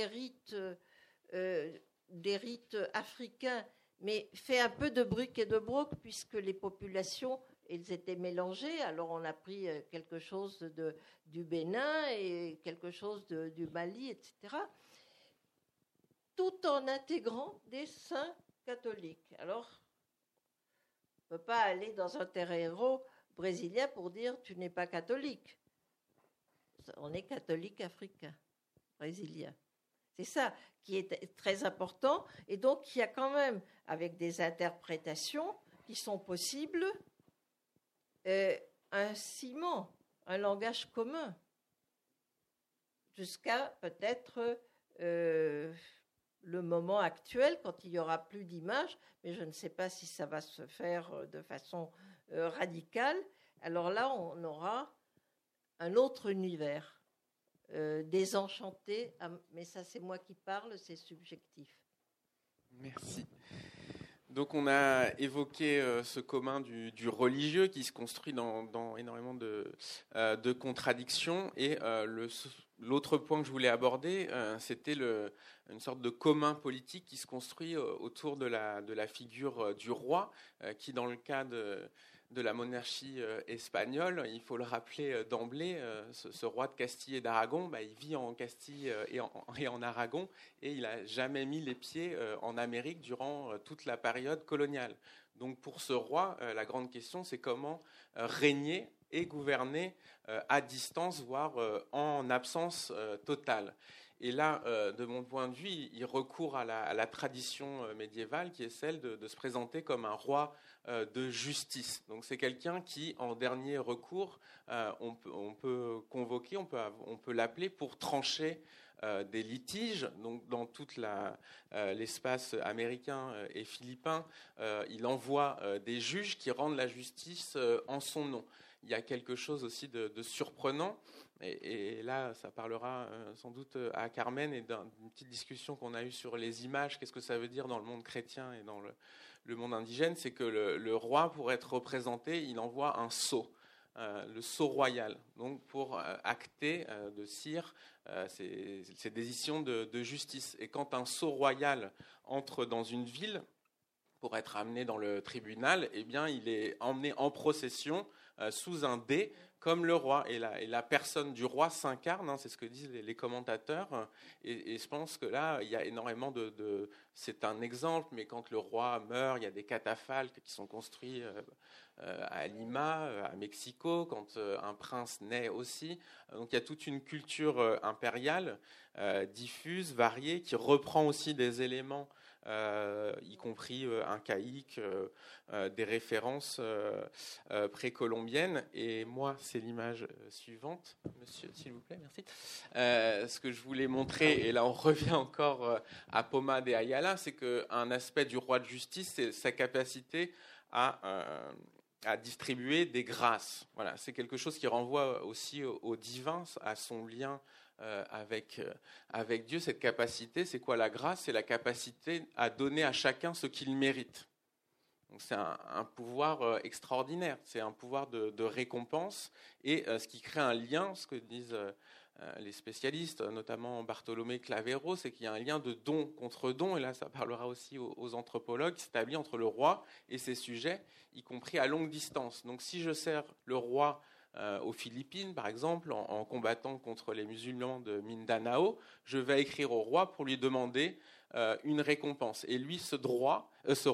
rites africains, mais fait un peu de bric et de broc, puisque les populations ils étaient mélangés. Alors on a pris quelque chose du Bénin et quelque chose du Mali, etc., tout en intégrant des saints catholiques. Alors, on ne peut pas aller dans un terreiro brésilien pour dire « tu n'es pas catholique ». On est catholique africain, brésilien. C'est ça qui est très important. Et donc, il y a quand même, avec des interprétations qui sont possibles, un ciment, un langage commun, jusqu'à peut-être le moment actuel, quand il n'y aura plus d'images, mais je ne sais pas si ça va se faire de façon radicale. Alors là, on aura un autre univers, désenchanté, mais ça c'est moi qui parle, c'est subjectif. Merci. Donc on a évoqué ce commun du religieux qui se construit dans énormément de contradictions, et l'autre point que je voulais aborder, c'était une sorte de commun politique qui se construit autour de la figure du roi, qui dans le cas de la monarchie espagnole, il faut le rappeler d'emblée, ce roi de Castille et d'Aragon, il vit en Castille et en Aragon, et il n'a jamais mis les pieds en Amérique durant toute la période coloniale. Donc pour ce roi, la grande question, c'est comment régner et gouverner à distance, voire en absence totale. Et là, de mon point de vue, il recourt à la tradition médiévale qui est celle de se présenter comme un roi de justice. Donc c'est quelqu'un qui, en dernier recours, on peut convoquer, on peut l'appeler pour trancher des litiges. Donc dans tout l'espace américain et philippin, il envoie des juges qui rendent la justice en son nom. Il y a quelque chose aussi de surprenant, et là ça parlera sans doute à Carmen, et d'une petite discussion qu'on a eue sur les images, qu'est-ce que ça veut dire dans le monde chrétien et dans le monde indigène, c'est que le roi, pour être représenté, il envoie un sceau, le sceau royal, donc pour acter de cire ces décisions de justice. Et quand un sceau royal entre dans une ville pour être amené dans le tribunal, eh bien il est emmené en procession sous un dais, comme le roi. Et la personne du roi s'incarne, c'est ce que disent les commentateurs. Et je pense que là, il y a énormément c'est un exemple, mais quand le roi meurt, il y a des catafalques qui sont construits à Lima, à Mexico, quand un prince naît aussi. Donc il y a toute une culture impériale diffuse, variée, qui reprend aussi des éléments, y compris incaïques, des références précolombiennes. Et moi, c'est l'image suivante, monsieur, s'il vous plaît, merci. Ce que je voulais montrer, et là on revient encore à Poma de Ayala, c'est qu'un aspect du roi de justice, c'est sa capacité à distribuer des grâces. Voilà, c'est quelque chose qui renvoie aussi au divin, à son lien avec Dieu. Cette capacité, c'est quoi la grâce? C'est la capacité à donner à chacun ce qu'il mérite. Donc c'est un pouvoir extraordinaire, c'est un pouvoir de récompense, et ce qui crée un lien, ce que disent les spécialistes, notamment Bartolomé Clavero, c'est qu'il y a un lien de don contre don, et là ça parlera aussi aux anthropologues, qui s'établit entre le roi et ses sujets, y compris à longue distance. Donc si je sers le roi aux Philippines, par exemple, en combattant contre les musulmans de Mindanao, je vais écrire au roi pour lui demander une récompense. Et lui, ce roi,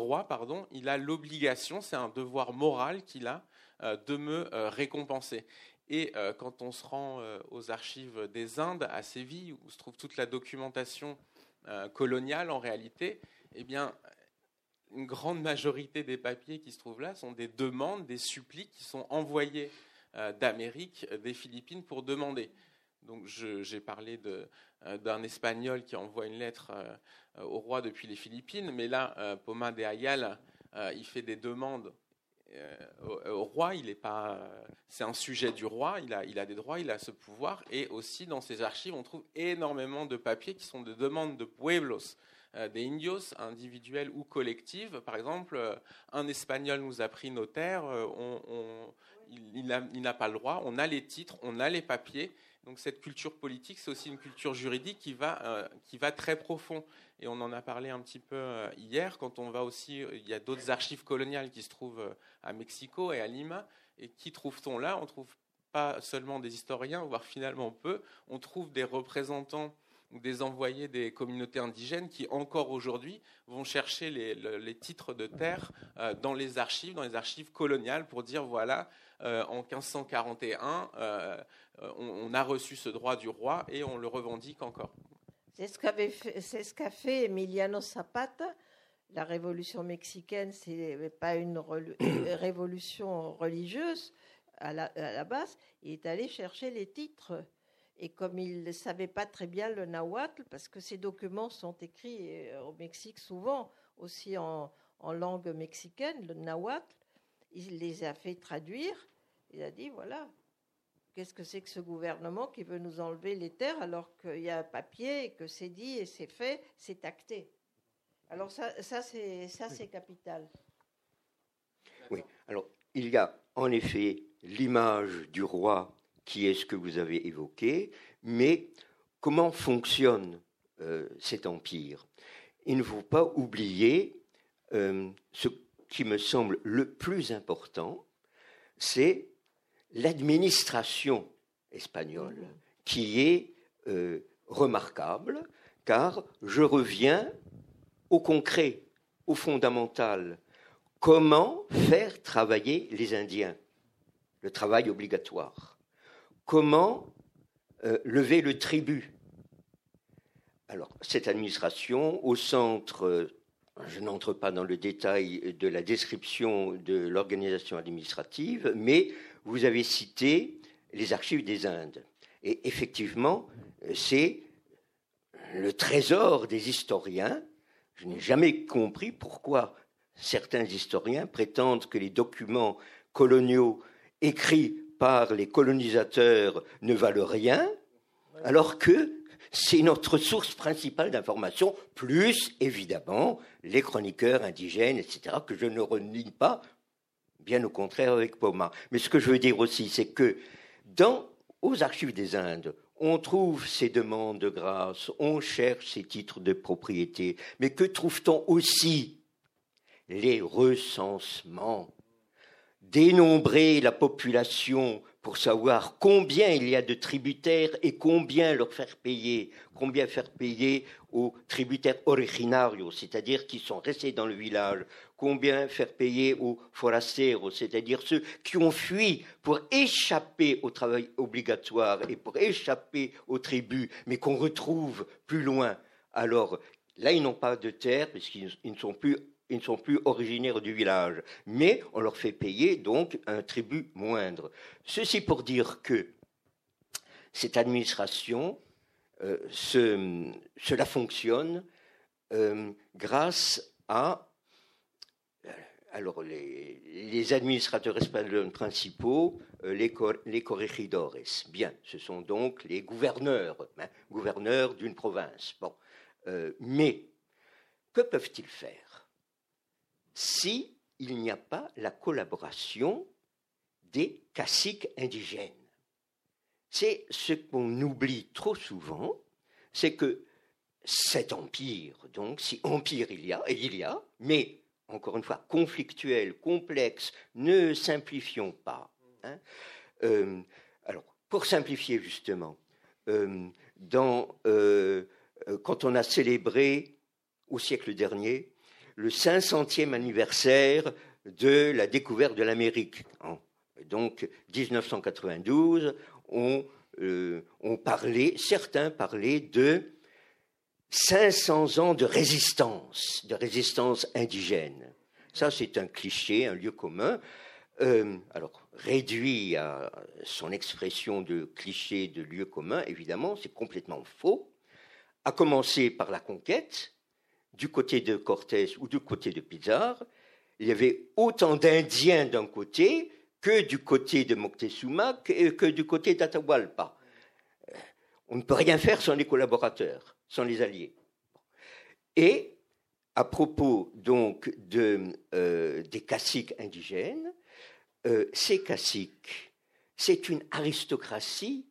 il a l'obligation, c'est un devoir moral qu'il a, de me récompenser. Et quand on se rend aux archives des Indes, à Séville, où se trouve toute la documentation coloniale en réalité, eh bien, une grande majorité des papiers qui se trouvent là sont des demandes, des suppliques qui sont envoyées d'Amérique, des Philippines, pour demander. Donc j'ai parlé d'un Espagnol qui envoie une lettre au roi depuis les Philippines, mais là, Poma de Ayala, il fait des demandes au roi. Il est pas, c'est un sujet du roi, il a des droits, il a ce pouvoir, et aussi dans ses archives, on trouve énormément de papiers qui sont des demandes de pueblos, des indios, individuels ou collectives. Par exemple, un Espagnol nous a pris nos terres, il n'a pas le droit, on a les titres, on a les papiers, Donc cette culture politique, c'est aussi une culture juridique qui va très profond. Et on en a parlé un petit peu hier, quand on va aussi, il y a d'autres archives coloniales qui se trouvent à Mexico et à Lima. Et qui trouve-t-on là? On trouve pas seulement des historiens, voire finalement peu. On trouve des représentants ou des envoyés des communautés indigènes qui, encore aujourd'hui, vont chercher les titres de terre dans les archives coloniales pour dire, voilà, en 1541, on a reçu ce droit du roi et on le revendique encore. C'est ce qu'a fait Emiliano Zapata. La révolution mexicaine, ce n'est pas une révolution religieuse à la base. Il est allé chercher les titres. Et comme il ne savait pas très bien le nahuatl, parce que ces documents sont écrits au Mexique souvent, aussi en langue mexicaine, le nahuatl, il les a fait traduire. Il a dit, voilà, qu'est-ce que c'est que ce gouvernement qui veut nous enlever les terres alors qu'il y a un papier et que c'est dit et c'est fait, c'est acté. Alors ça c'est capital. Oui, alors il y a en effet l'image du roi qui est ce que vous avez évoqué, mais comment fonctionne cet empire? Il ne faut pas oublier ce qui me semble le plus important, c'est l'administration espagnole, qui est remarquable, car je reviens au concret, au fondamental. Comment faire travailler les Indiens? Le travail obligatoire. Comment lever le tribut? Alors, cette administration, au centre, je n'entre pas dans le détail de la description de l'organisation administrative, mais vous avez cité les archives des Indes. Et effectivement, c'est le trésor des historiens. Je n'ai jamais compris pourquoi certains historiens prétendent que les documents coloniaux écrits par les colonisateurs ne valent rien, alors que c'est notre source principale d'information, plus évidemment les chroniqueurs indigènes, etc., que je ne renie pas, bien au contraire avec Poma. Mais ce que je veux dire aussi, c'est que aux archives des Indes, on trouve ces demandes de grâce, on cherche ces titres de propriété, mais que trouve-t-on aussi? Les recensements. Dénombrer la population pour savoir combien il y a de tributaires et combien faire payer aux tributaires originarios, c'est-à-dire qui sont restés dans le village, combien faire payer aux forasteros, c'est-à-dire ceux qui ont fui pour échapper au travail obligatoire et pour échapper aux tribus, mais qu'on retrouve plus loin. Alors là, ils n'ont pas de terre puisqu'ils ne sont plus originaires du village, mais on leur fait payer donc un tribut moindre. Ceci pour dire que cette administration, cela fonctionne grâce à les administrateurs espagnols principaux, les corregidores. Bien, ce sont donc les gouverneurs d'une province. Bon, mais que peuvent-ils faire s'il n'y a pas la collaboration des caciques indigènes? C'est ce qu'on oublie trop souvent, c'est que cet empire, donc si empire il y a, et il y a, mais encore une fois, conflictuel, complexe, ne simplifions pas. Alors, pour simplifier justement, quand on a célébré au siècle dernier le 500e anniversaire de la découverte de l'Amérique, donc 1992, certains parlaient de 500 ans de résistance indigène. Ça, c'est un cliché, un lieu commun. Alors, réduit à son expression de cliché, de lieu commun, évidemment, c'est complètement faux. À commencer par la conquête, du côté de Cortés ou du côté de Pizarro, il y avait autant d'Indiens d'un côté que du côté de Moctezuma que du côté d'Atahualpa. On ne peut rien faire sans les collaborateurs, sans les alliés. Et à propos donc des caciques indigènes, ces caciques, c'est une aristocratie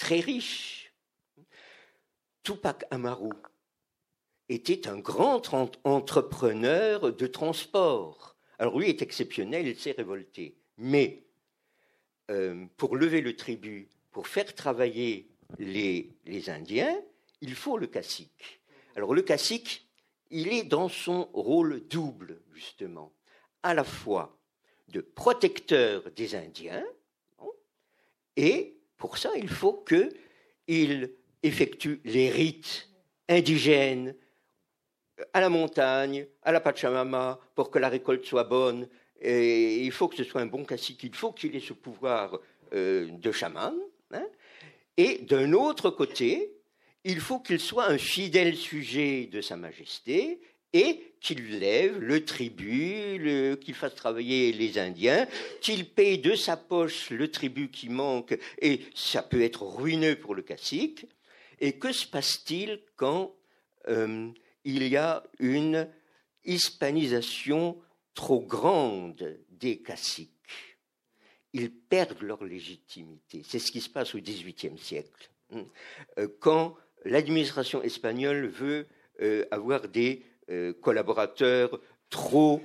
très riche. Tupac Amaru était un grand entrepreneur de transport. Alors lui est exceptionnel, il s'est révolté. Mais pour lever le tribut, pour faire travailler les Indiens, il faut le cacique. Alors le cacique, il est dans son rôle double, justement, à la fois de protecteur des Indiens, et pour ça, il faut qu'il effectue les rites indigènes à la montagne, à la Pachamama, pour que la récolte soit bonne. Et il faut que ce soit un bon cacique, il faut qu'il ait ce pouvoir de chaman. Hein. Et d'un autre côté, il faut qu'il soit un fidèle sujet de Sa Majesté et qu'il lève le tribut, qu'il fasse travailler les Indiens, qu'il paye de sa poche le tribut qui manque, et ça peut être ruineux pour le cacique. Et que se passe-t-il quand il y a une hispanisation trop grande des caciques? Ils perdent leur légitimité. C'est ce qui se passe au XVIIIe siècle. Quand l'administration espagnole veut avoir des collaborateurs trop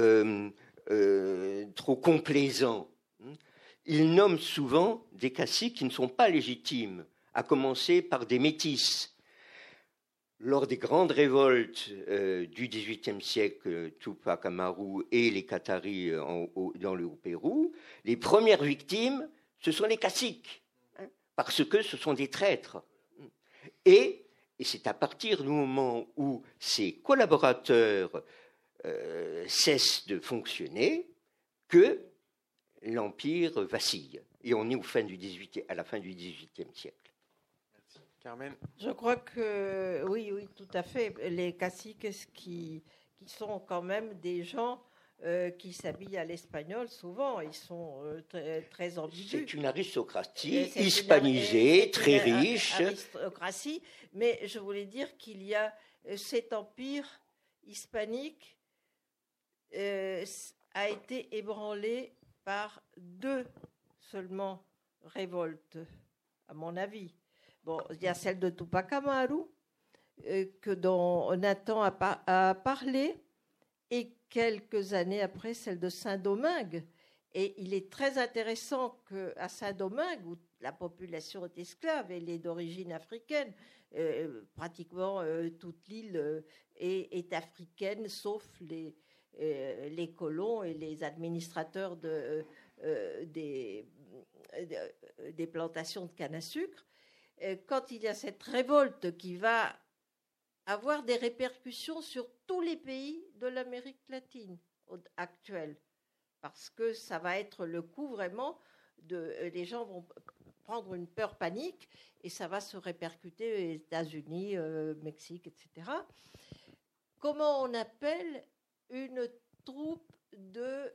complaisants, ils nomment souvent des caciques qui ne sont pas légitimes, à commencer par des métis. Lors des grandes révoltes du XVIIIe siècle, Tupac Amaru et les Qataris dans le Pérou, les premières victimes, ce sont les caciques, parce que ce sont des traîtres. Et c'est à partir du moment où ces collaborateurs cessent de fonctionner que l'Empire vacille. Et on est à la fin du XVIIIe siècle. Merci. Carmen? Je crois que oui, tout à fait. Les caciques qui sont quand même des gens qui s'habillent à l'espagnol, souvent, ils sont très ambigus. C'est une aristocratie hispanisée, très riche. Aristocratie, mais je voulais dire qu'il y a cet empire hispanique a été ébranlé par 2 seulement révoltes, à mon avis. Bon, il y a celle de Tupac Amaru, dont Nathan a parlé, et quelques années après, celle de Saint-Domingue. Et il est très intéressant qu'à Saint-Domingue, où la population est esclave, elle est d'origine africaine, pratiquement toute l'île est africaine, sauf les colons et les administrateurs des plantations de canne à sucre. Quand il y a cette révolte qui va avoir des répercussions sur tous les pays de l'Amérique latine actuelle, parce que ça va être le coup vraiment les gens vont prendre une peur panique et ça va se répercuter aux États-Unis, Mexique, etc. Comment on appelle une troupe de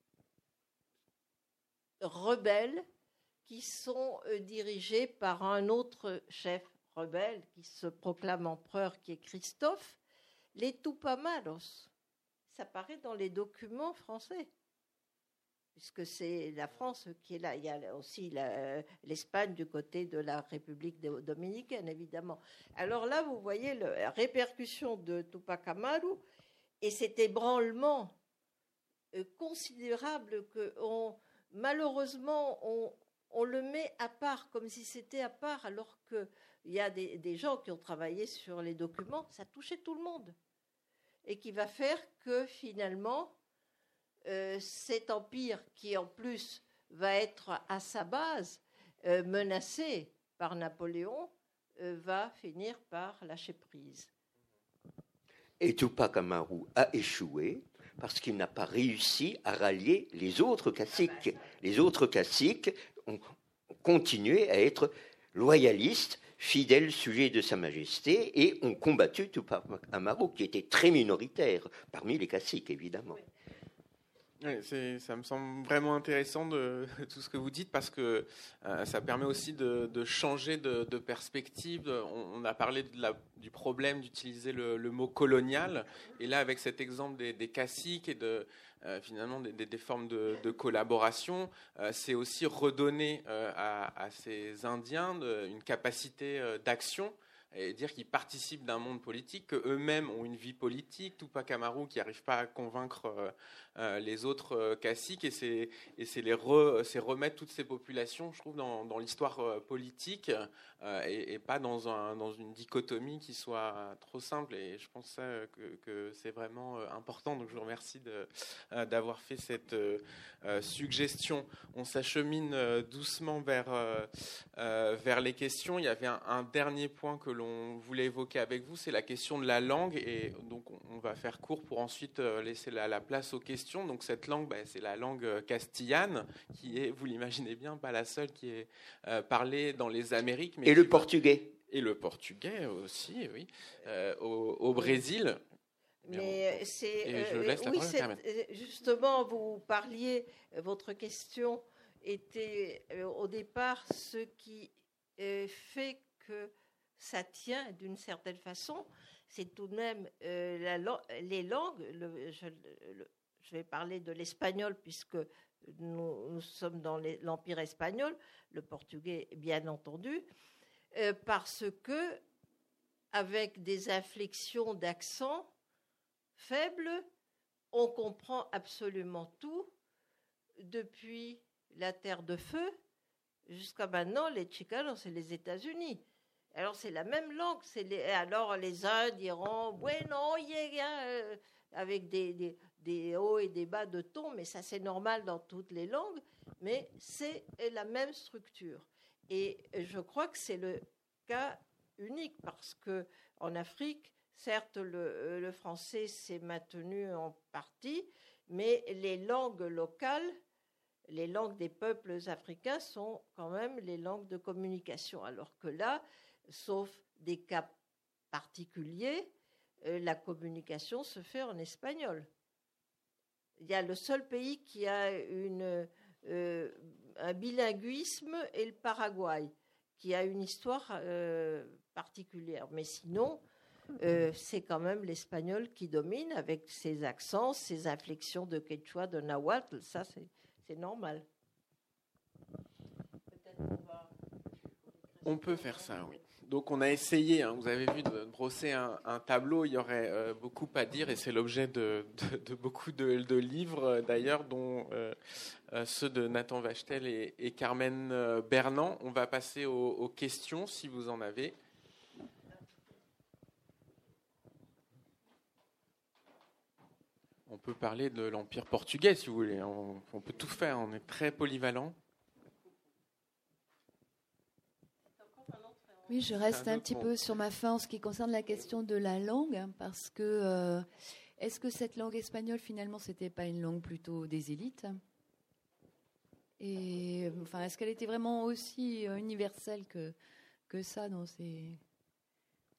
rebelles qui sont dirigés par un autre chef rebelle qui se proclame empereur, qui est Christophe, les Tupamaros. Ça paraît dans les documents français, puisque c'est la France qui est là. Il y a aussi l'Espagne du côté de la République dominicaine, évidemment. Alors là, vous voyez la répercussion de Tupac Amaru et cet ébranlement considérable que malheureusement on le met à part, comme si c'était à part, alors qu'il y a des gens qui ont travaillé sur les documents, ça touchait tout le monde. Et qui va faire que finalement, cet empire qui en plus va être à sa base menacé par Napoléon, va finir par lâcher prise. Et Tupac Amaru a échoué parce qu'il n'a pas réussi à rallier les autres caciques. Les autres caciques ont continué à être loyalistes, fidèles sujets de Sa Majesté, et ont combattu Tupac Amaru, qui était très minoritaire, parmi les caciques, évidemment. Oui, ça me semble vraiment intéressant de tout ce que vous dites parce que ça permet aussi de changer de perspective. On a parlé du problème d'utiliser le mot colonial et là avec cet exemple des caciques et finalement des formes de collaboration, c'est aussi redonner à ces Indiens une capacité d'action et dire qu'ils participent d'un monde politique, qu'eux-mêmes ont une vie politique, Tupac Amaru qui n'arrive pas à convaincre les autres caciques, et c'est remettre toutes ces populations, je trouve, dans l'histoire politique et pas dans une dichotomie qui soit trop simple. Et je pense que c'est vraiment important. Donc je vous remercie d'avoir fait cette suggestion. On s'achemine doucement vers les questions. Il y avait un dernier point que l'on voulait évoquer avec vous, c'est la question de la langue. Et donc on va faire court pour ensuite laisser la place aux questions. Donc cette langue, c'est la langue castillane, qui est, vous l'imaginez bien, pas la seule qui est parlée dans les Amériques. Mais et le portugais. Et le portugais aussi, oui, au Brésil. Mais justement, vous parliez, votre question était au départ ce qui fait que ça tient d'une certaine façon, c'est tout de même les langues. Je vais parler de l'espagnol puisque nous sommes dans l'Empire espagnol, le portugais bien entendu, parce que avec des inflexions d'accent faibles, on comprend absolument tout, depuis la Terre de Feu jusqu'à maintenant, les Chicanos, c'est les États-Unis. Alors c'est la même langue. Alors les uns diront bueno, yeah, avec des hauts et des bas de ton, mais ça c'est normal dans toutes les langues, mais c'est la même structure. Et je crois que c'est le cas unique parce que en Afrique, certes le français s'est maintenu en partie, mais les langues locales, les langues des peuples africains sont quand même les langues de communication, alors que là, sauf des cas particuliers, la communication se fait en espagnol. Il y a le seul pays qui a un bilinguisme et le Paraguay, qui a une histoire particulière. Mais sinon, c'est quand même l'espagnol qui domine avec ses accents, ses inflexions de quechua, de nahuatl. Ça, c'est normal. On peut faire ça, oui. Donc on a essayé, vous avez vu, de brosser un tableau. Il y aurait beaucoup à dire et c'est l'objet de beaucoup de livres d'ailleurs, dont ceux de Nathan Vachtel et Carmen Bernand. On va passer aux questions si vous en avez. On peut parler de l'Empire portugais si vous voulez. On peut tout faire, on est très polyvalent. Oui, je reste un petit peu sur ma faim en ce qui concerne la question de la langue, parce que est-ce que cette langue espagnole, finalement, c'était pas une langue plutôt des élites ? Et enfin, est-ce qu'elle était vraiment aussi universelle que ça dans ces pays ?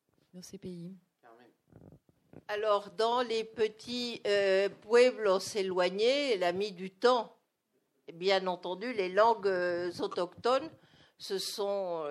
Alors, dans les petits pueblos éloignés, elle a mis du temps. Bien entendu, les langues autochtones sont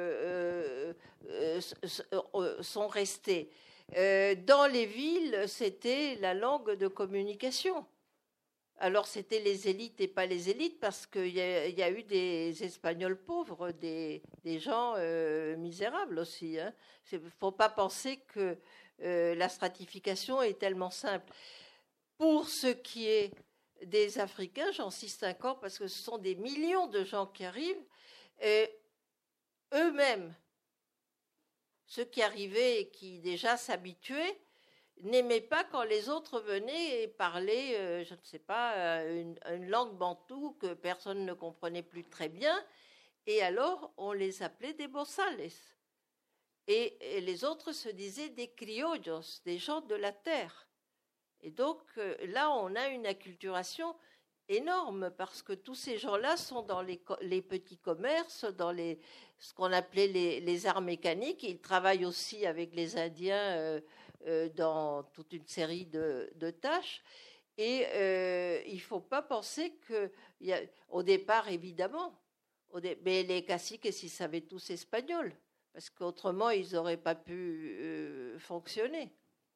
restées. Dans les villes, c'était la langue de communication. Alors, c'était les élites et pas les élites, parce qu'il y a eu des Espagnols pauvres, des gens misérables aussi. Il ne faut pas penser que la stratification est tellement simple. Pour ce qui est des Africains, j'insiste encore, parce que ce sont des millions de gens qui arrivent, eux-mêmes, ceux qui arrivaient et qui déjà s'habituaient, n'aimaient pas quand les autres venaient et parlaient, je ne sais pas, une langue bantoue que personne ne comprenait plus très bien, et alors on les appelait des boçales. Et les autres se disaient des criollos, des gens de la terre. Et donc là, on a une acculturation énorme, parce que tous ces gens-là sont dans les petits commerces, dans ce qu'on appelait les arts mécaniques. Ils travaillent aussi avec les Indiens dans toute une série de tâches. Et il ne faut pas penser qu'au départ, évidemment, mais les caciques, s'ils savaient tous espagnol, parce qu'autrement, ils n'auraient pas pu fonctionner.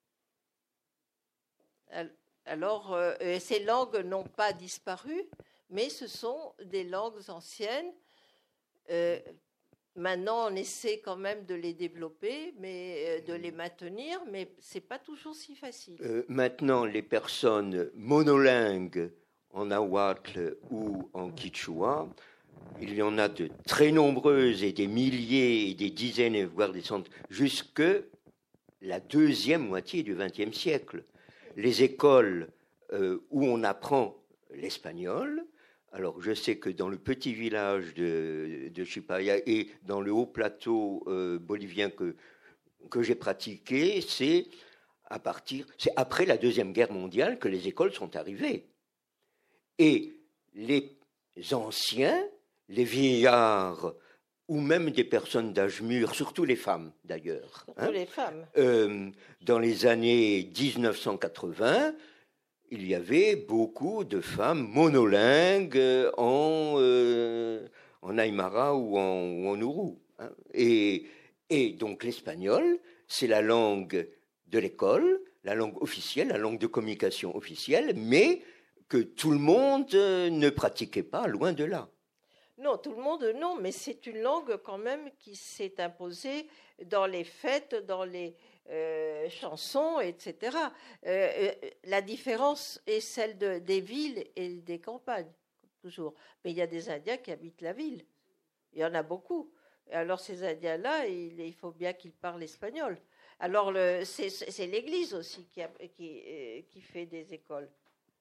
Alors, ces langues n'ont pas disparu, mais ce sont des langues anciennes. Maintenant, on essaie quand même de les développer, mais de les maintenir, mais ce n'est pas toujours si facile. Maintenant, les personnes monolingues en nahuatl ou en quichua, il y en a de très nombreuses et des milliers, et des dizaines, voire des centaines, jusque la deuxième moitié du XXe siècle. Les écoles où on apprend l'espagnol. Alors, je sais que dans le petit village de Chipaya et dans le haut plateau bolivien que j'ai pratiqué, c'est après la Deuxième Guerre mondiale que les écoles sont arrivées. Et les anciens, les vieillards, ou même des personnes d'âge mûr, surtout les femmes d'ailleurs. Surtout les femmes. Dans les années 1980, il y avait beaucoup de femmes monolingues en Aymara ou en Uru. Hein. Et donc l'espagnol, c'est la langue de l'école, la langue officielle, la langue de communication officielle, mais que tout le monde ne pratiquait pas, loin de là. Non, tout le monde, non, mais c'est une langue quand même qui s'est imposée dans les fêtes, dans les chansons, etc. La différence est celle des villes et des campagnes, toujours. Mais il y a des Indiens qui habitent la ville. Il y en a beaucoup. Et alors ces Indiens-là, il faut bien qu'ils parlent espagnol. Alors c'est l'Église aussi qui fait des écoles.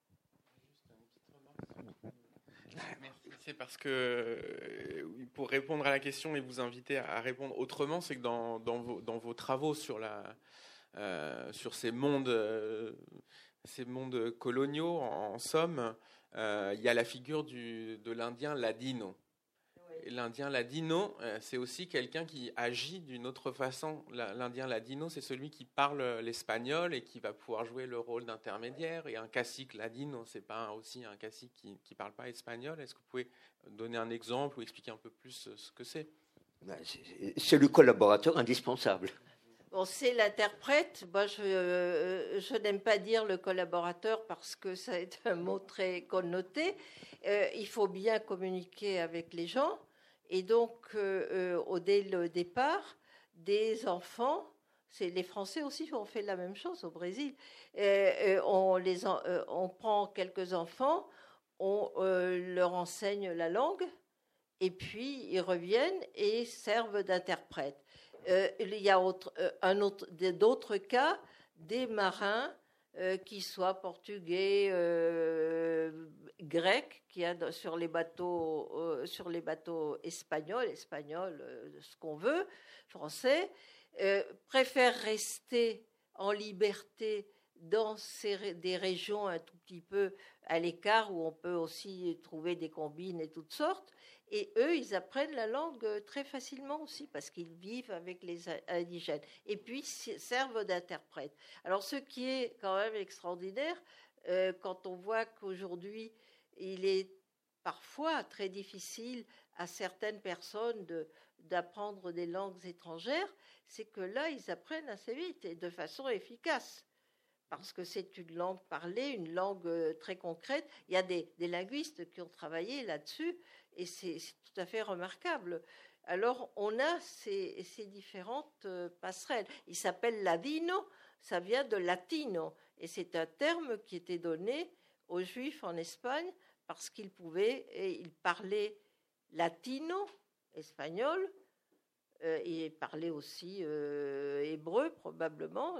Merci. C'est parce que, pour répondre à la question et vous inviter à répondre autrement, c'est que dans vos travaux sur ces mondes coloniaux, en somme, il y a la figure de l'Indien ladino. Et l'Indien ladino, c'est aussi quelqu'un qui agit d'une autre façon. L'Indien ladino, c'est celui qui parle l'espagnol et qui va pouvoir jouer le rôle d'intermédiaire. Et un cacique ladino, c'est pas aussi un cacique qui parle pas espagnol. Est-ce que vous pouvez donner un exemple ou expliquer un peu plus ce que c'est ? C'est le collaborateur indispensable. Bon, c'est l'interprète. Moi, je n'aime pas dire le collaborateur parce que ça est un mot très connoté. Il faut bien communiquer avec les gens. Et donc, dès le départ, des enfants, les Français aussi ont fait la même chose au Brésil. On prend quelques enfants, on leur enseigne la langue, et puis ils reviennent et servent d'interprètes. Il y a d'autres cas, des marins qui soient portugais, grecs, qui a sur les bateaux espagnols, ce qu'on veut, français, préfèrent rester en liberté dans des régions un tout petit peu à l'écart où on peut aussi trouver des combines et toutes sortes. Et eux, ils apprennent la langue très facilement aussi parce qu'ils vivent avec les indigènes. Et puis, servent d'interprètes. Alors, ce qui est quand même extraordinaire, quand on voit qu'aujourd'hui, il est parfois très difficile à certaines personnes d'apprendre des langues étrangères, c'est que là, ils apprennent assez vite et de façon efficace. Parce que c'est une langue parlée, une langue très concrète. Il y a des linguistes qui ont travaillé là-dessus et c'est tout à fait remarquable. Alors, on a ces différentes passerelles. Il s'appelle ladino, ça vient de latino. Et c'est un terme qui était donné aux Juifs en Espagne parce qu'ils parlaient latino, espagnol, il parlait aussi hébreu probablement,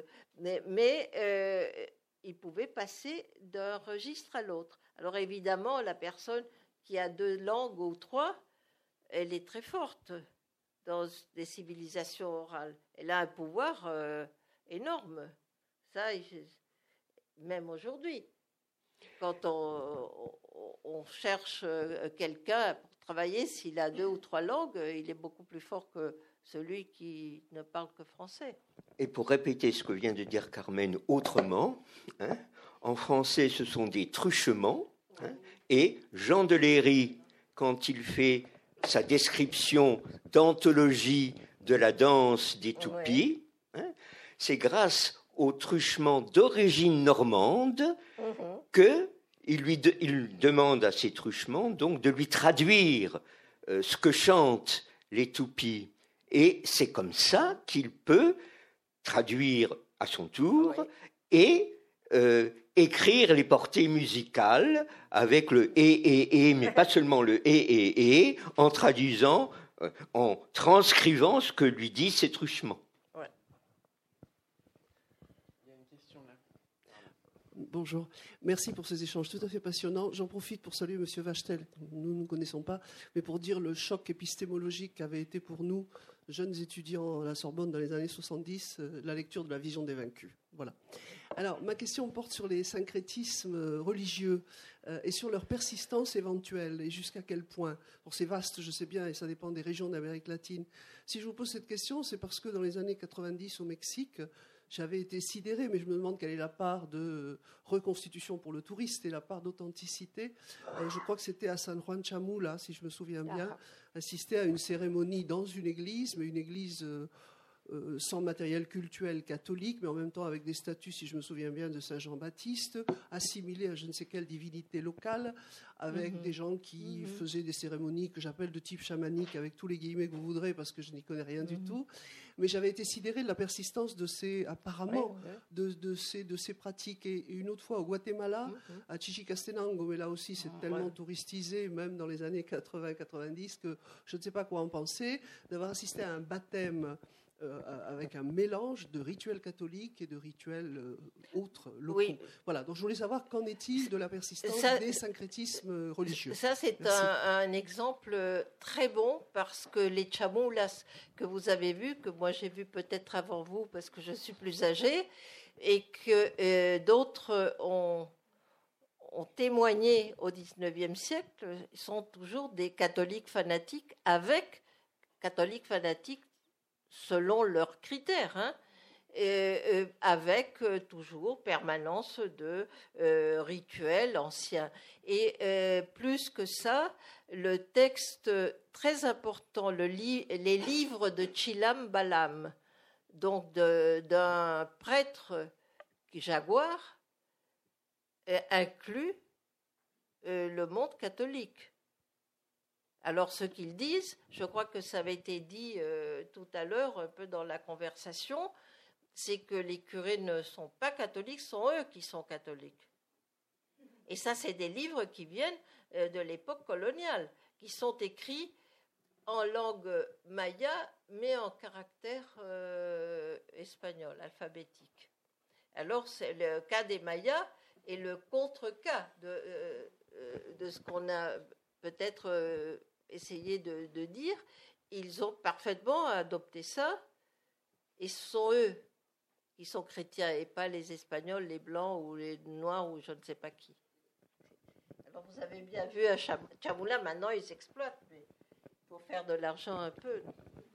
mais il pouvait passer d'un registre à l'autre. Alors évidemment, la personne qui a 2 langues ou 3, elle est très forte dans des civilisations orales. Elle a un pouvoir énorme. Ça, même aujourd'hui, quand on cherche quelqu'un pour travailler, s'il a 2 ou 3 langues, il est beaucoup plus fort que celui qui ne parle que français. Et pour répéter ce que vient de dire Carmen autrement, En français, ce sont des truchements. Hein, et Jean de Léry, quand il fait sa description d'anthologie de la danse des toupies, hein, c'est grâce aux truchements d'origine normande qu'il demande à ces truchements donc de lui traduire ce que chantent les toupies. Et c'est comme ça qu'il peut traduire à son tour et écrire les portées musicales avec le et, mais pas seulement le et, en traduisant, en transcrivant ce que lui disent ces truchements. Bonjour, merci pour ces échanges tout à fait passionnants. J'en profite pour saluer M. Vachtel, que nous ne connaissons pas, mais pour dire le choc épistémologique qu'avait été pour nous, jeunes étudiants à la Sorbonne dans les années 70, la lecture de La Vision des Vaincus. Voilà. Alors, ma question porte sur les syncrétismes religieux et sur leur persistance éventuelle et jusqu'à quel point. Bon, c'est vaste, je sais bien, et ça dépend des régions d'Amérique latine. Si je vous pose cette question, c'est parce que dans les années 90 au Mexique, j'avais été sidéré, mais je me demande quelle est la part de reconstitution pour le touriste et la part d'authenticité. Et je crois que c'était à San Juan Chamula, si je me souviens bien, assister à une cérémonie dans une église, mais une église sans matériel cultuel catholique, mais en même temps avec des statues, si je me souviens bien, de Saint Jean-Baptiste, assimilés à je ne sais quelle divinité locale, avec des gens qui faisaient des cérémonies que j'appelle de type chamanique, avec tous les guillemets que vous voudrez, parce que je n'y connais rien du tout. Mais j'avais été sidéré de la persistance de ces, apparemment, de ces pratiques. Et une autre fois, au Guatemala, à Chichicastenango, mais là aussi, c'est tellement touristisé, même dans les années 80-90, que je ne sais pas quoi en penser, d'avoir assisté à un baptême avec un mélange de rituels catholiques et de rituels autres, locaux. Oui. Voilà, donc je voulais savoir qu'en est-il de la persistance des syncrétismes religieux. Ça, c'est un exemple très bon, parce que les chamoulas que vous avez vus, que moi j'ai vus peut-être avant vous, parce que je suis plus âgée, et que d'autres ont témoigné au XIXe siècle, sont toujours des catholiques fanatiques, avec catholiques fanatiques selon leurs critères, hein, avec toujours permanence de rituels anciens. Et plus que ça, le texte très important, les livres de Chilam Balam, donc d'un prêtre jaguar, inclut le monde catholique. Alors, ce qu'ils disent, je crois que ça avait été dit tout à l'heure, un peu dans la conversation, c'est que les curés ne sont pas catholiques, sont eux qui sont catholiques. Et ça, c'est des livres qui viennent de l'époque coloniale, qui sont écrits en langue maya, mais en caractère espagnol, alphabétique. Alors, c'est le cas des Mayas et le contre-cas de ce qu'on a peut-être essayé de dire. Ils ont parfaitement adopté ça, et ce sont eux qui sont chrétiens et pas les Espagnols, les Blancs ou les Noirs ou je ne sais pas qui. Alors vous avez bien vu à Chamula, maintenant ils s'exploitent, mais il faut faire de l'argent un peu.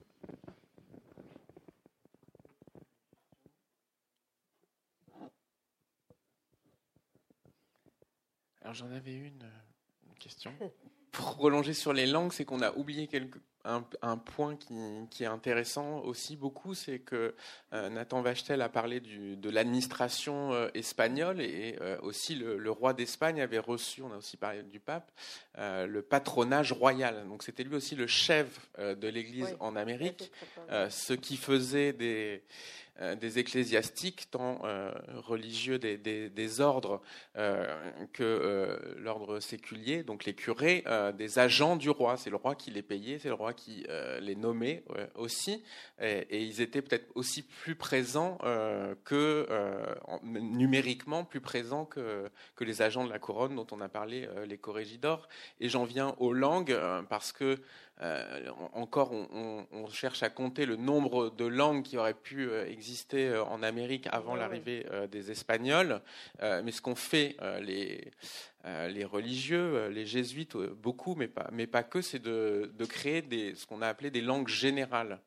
Alors j'en avais une question. Pour prolonger sur les langues, c'est qu'on a oublié un point qui est intéressant aussi beaucoup, c'est que Nathan Vachtel a parlé de l'administration espagnole, et aussi le roi d'Espagne avait reçu, on a aussi parlé du pape, le patronage royal. Donc c'était lui aussi le chef de l'Église en Amérique, ce qui faisait des ecclésiastiques, tant religieux des ordres que l'ordre séculier, donc les curés, des agents du roi. C'est le roi qui les payait, c'est le roi qui les nommait aussi, et ils étaient peut-être aussi plus présents numériquement plus présents que les agents de la couronne dont on a parlé, les corrégidors. Et j'en viens aux langues, parce que encore on cherche à compter le nombre de langues qui auraient pu exister en Amérique avant l'arrivée des Espagnols, mais ce qu'ont fait les religieux, les jésuites, beaucoup, mais pas que, c'est de créer ce qu'on a appelé des langues générales.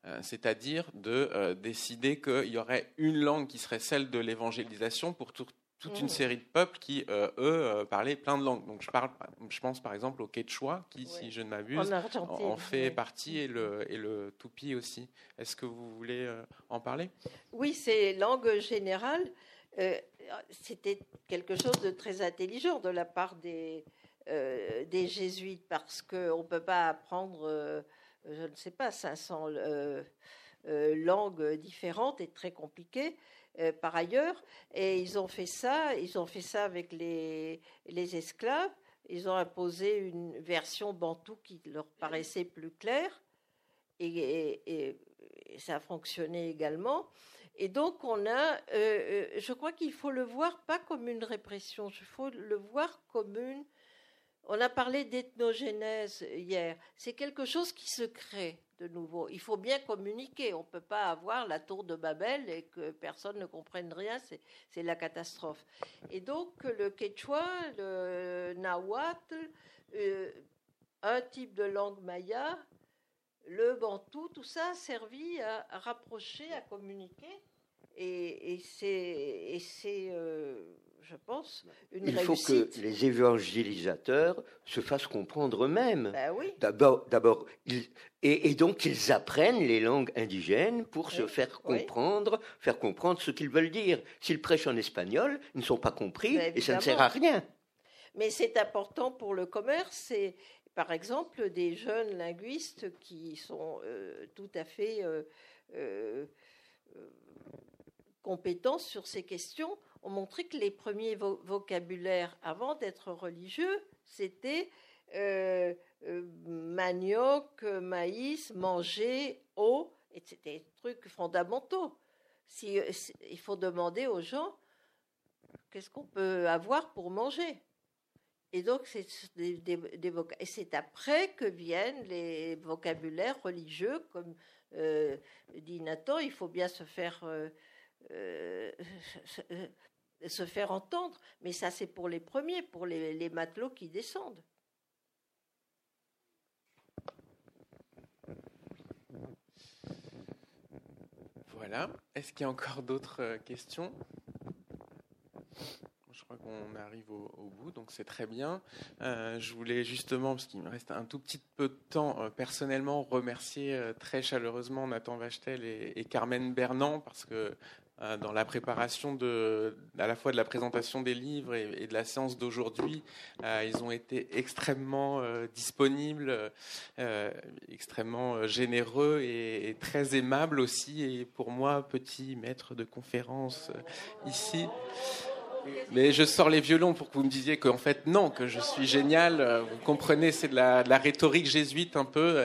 C'est-à-dire de décider qu'il y aurait une langue qui serait celle de l'évangélisation pour toute une série de peuples qui, eux, parlaient plein de langues. Donc je pense par exemple au Quechua, qui, si je ne m'abuse, en fait partie, et le Tupi aussi. Est-ce que vous voulez en parler ? Oui, c'est langue générale. C'était quelque chose de très intelligent de la part des jésuites, parce qu'on ne peut pas apprendre, je ne sais pas, 500 langues différentes et très compliquées. Par ailleurs, et ils ont fait ça avec les esclaves. Ils ont imposé une version bantoue qui leur paraissait plus claire, et ça a fonctionné également. Et donc je crois qu'il faut le voir pas comme une répression, il faut le voir comme une... On a parlé d'ethnogénèse hier, c'est quelque chose qui se crée de nouveau. Il faut bien communiquer, on ne peut pas avoir la tour de Babel et que personne ne comprenne rien, c'est la catastrophe. Et donc le quechua, le nahuatl, un type de langue maya, le bantou, tout ça a servi à rapprocher, à communiquer, et c'est je pense, une réussite. Il faut que les évangélisateurs se fassent comprendre eux-mêmes. Ben oui. D'abord, et donc ils apprennent les langues indigènes pour se faire comprendre ce qu'ils veulent dire. S'ils prêchent en espagnol, ils ne sont pas compris, et ça ne sert à rien. Mais c'est important pour le commerce. C'est, par exemple, des jeunes linguistes qui sont tout à fait compétents sur ces questions, ont montré que les premiers vocabulaires avant d'être religieux, c'était manioc, maïs, manger, eau, et c'était des trucs fondamentaux. Il faut demander aux gens qu'est-ce qu'on peut avoir pour manger. Et donc, c'est et c'est après que viennent les vocabulaires religieux, comme dit Nathan, il faut bien se faire entendre, mais ça c'est pour les premiers, pour les matelots qui descendent. Voilà. Est-ce qu'il y a encore d'autres questions ? Je crois qu'on arrive au bout, donc c'est très bien. Je voulais justement, parce qu'il me reste un tout petit peu de temps, personnellement remercier très chaleureusement Nathan Wachtel et Carmen Bernand, parce que dans la préparation à la fois de la présentation des livres et de la séance d'aujourd'hui, ils ont été extrêmement disponibles, extrêmement généreux et très aimables aussi. Et pour moi, petit maître de conférence ici. Mais je sors les violons pour que vous me disiez qu'en fait, non, que je suis génial. Vous comprenez, c'est de la rhétorique jésuite un peu.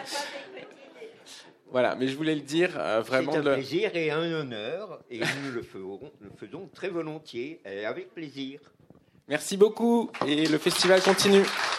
Voilà, mais je voulais le dire vraiment. C'est un plaisir et un honneur, et nous le faisons très volontiers et avec plaisir. Merci beaucoup, et le festival continue.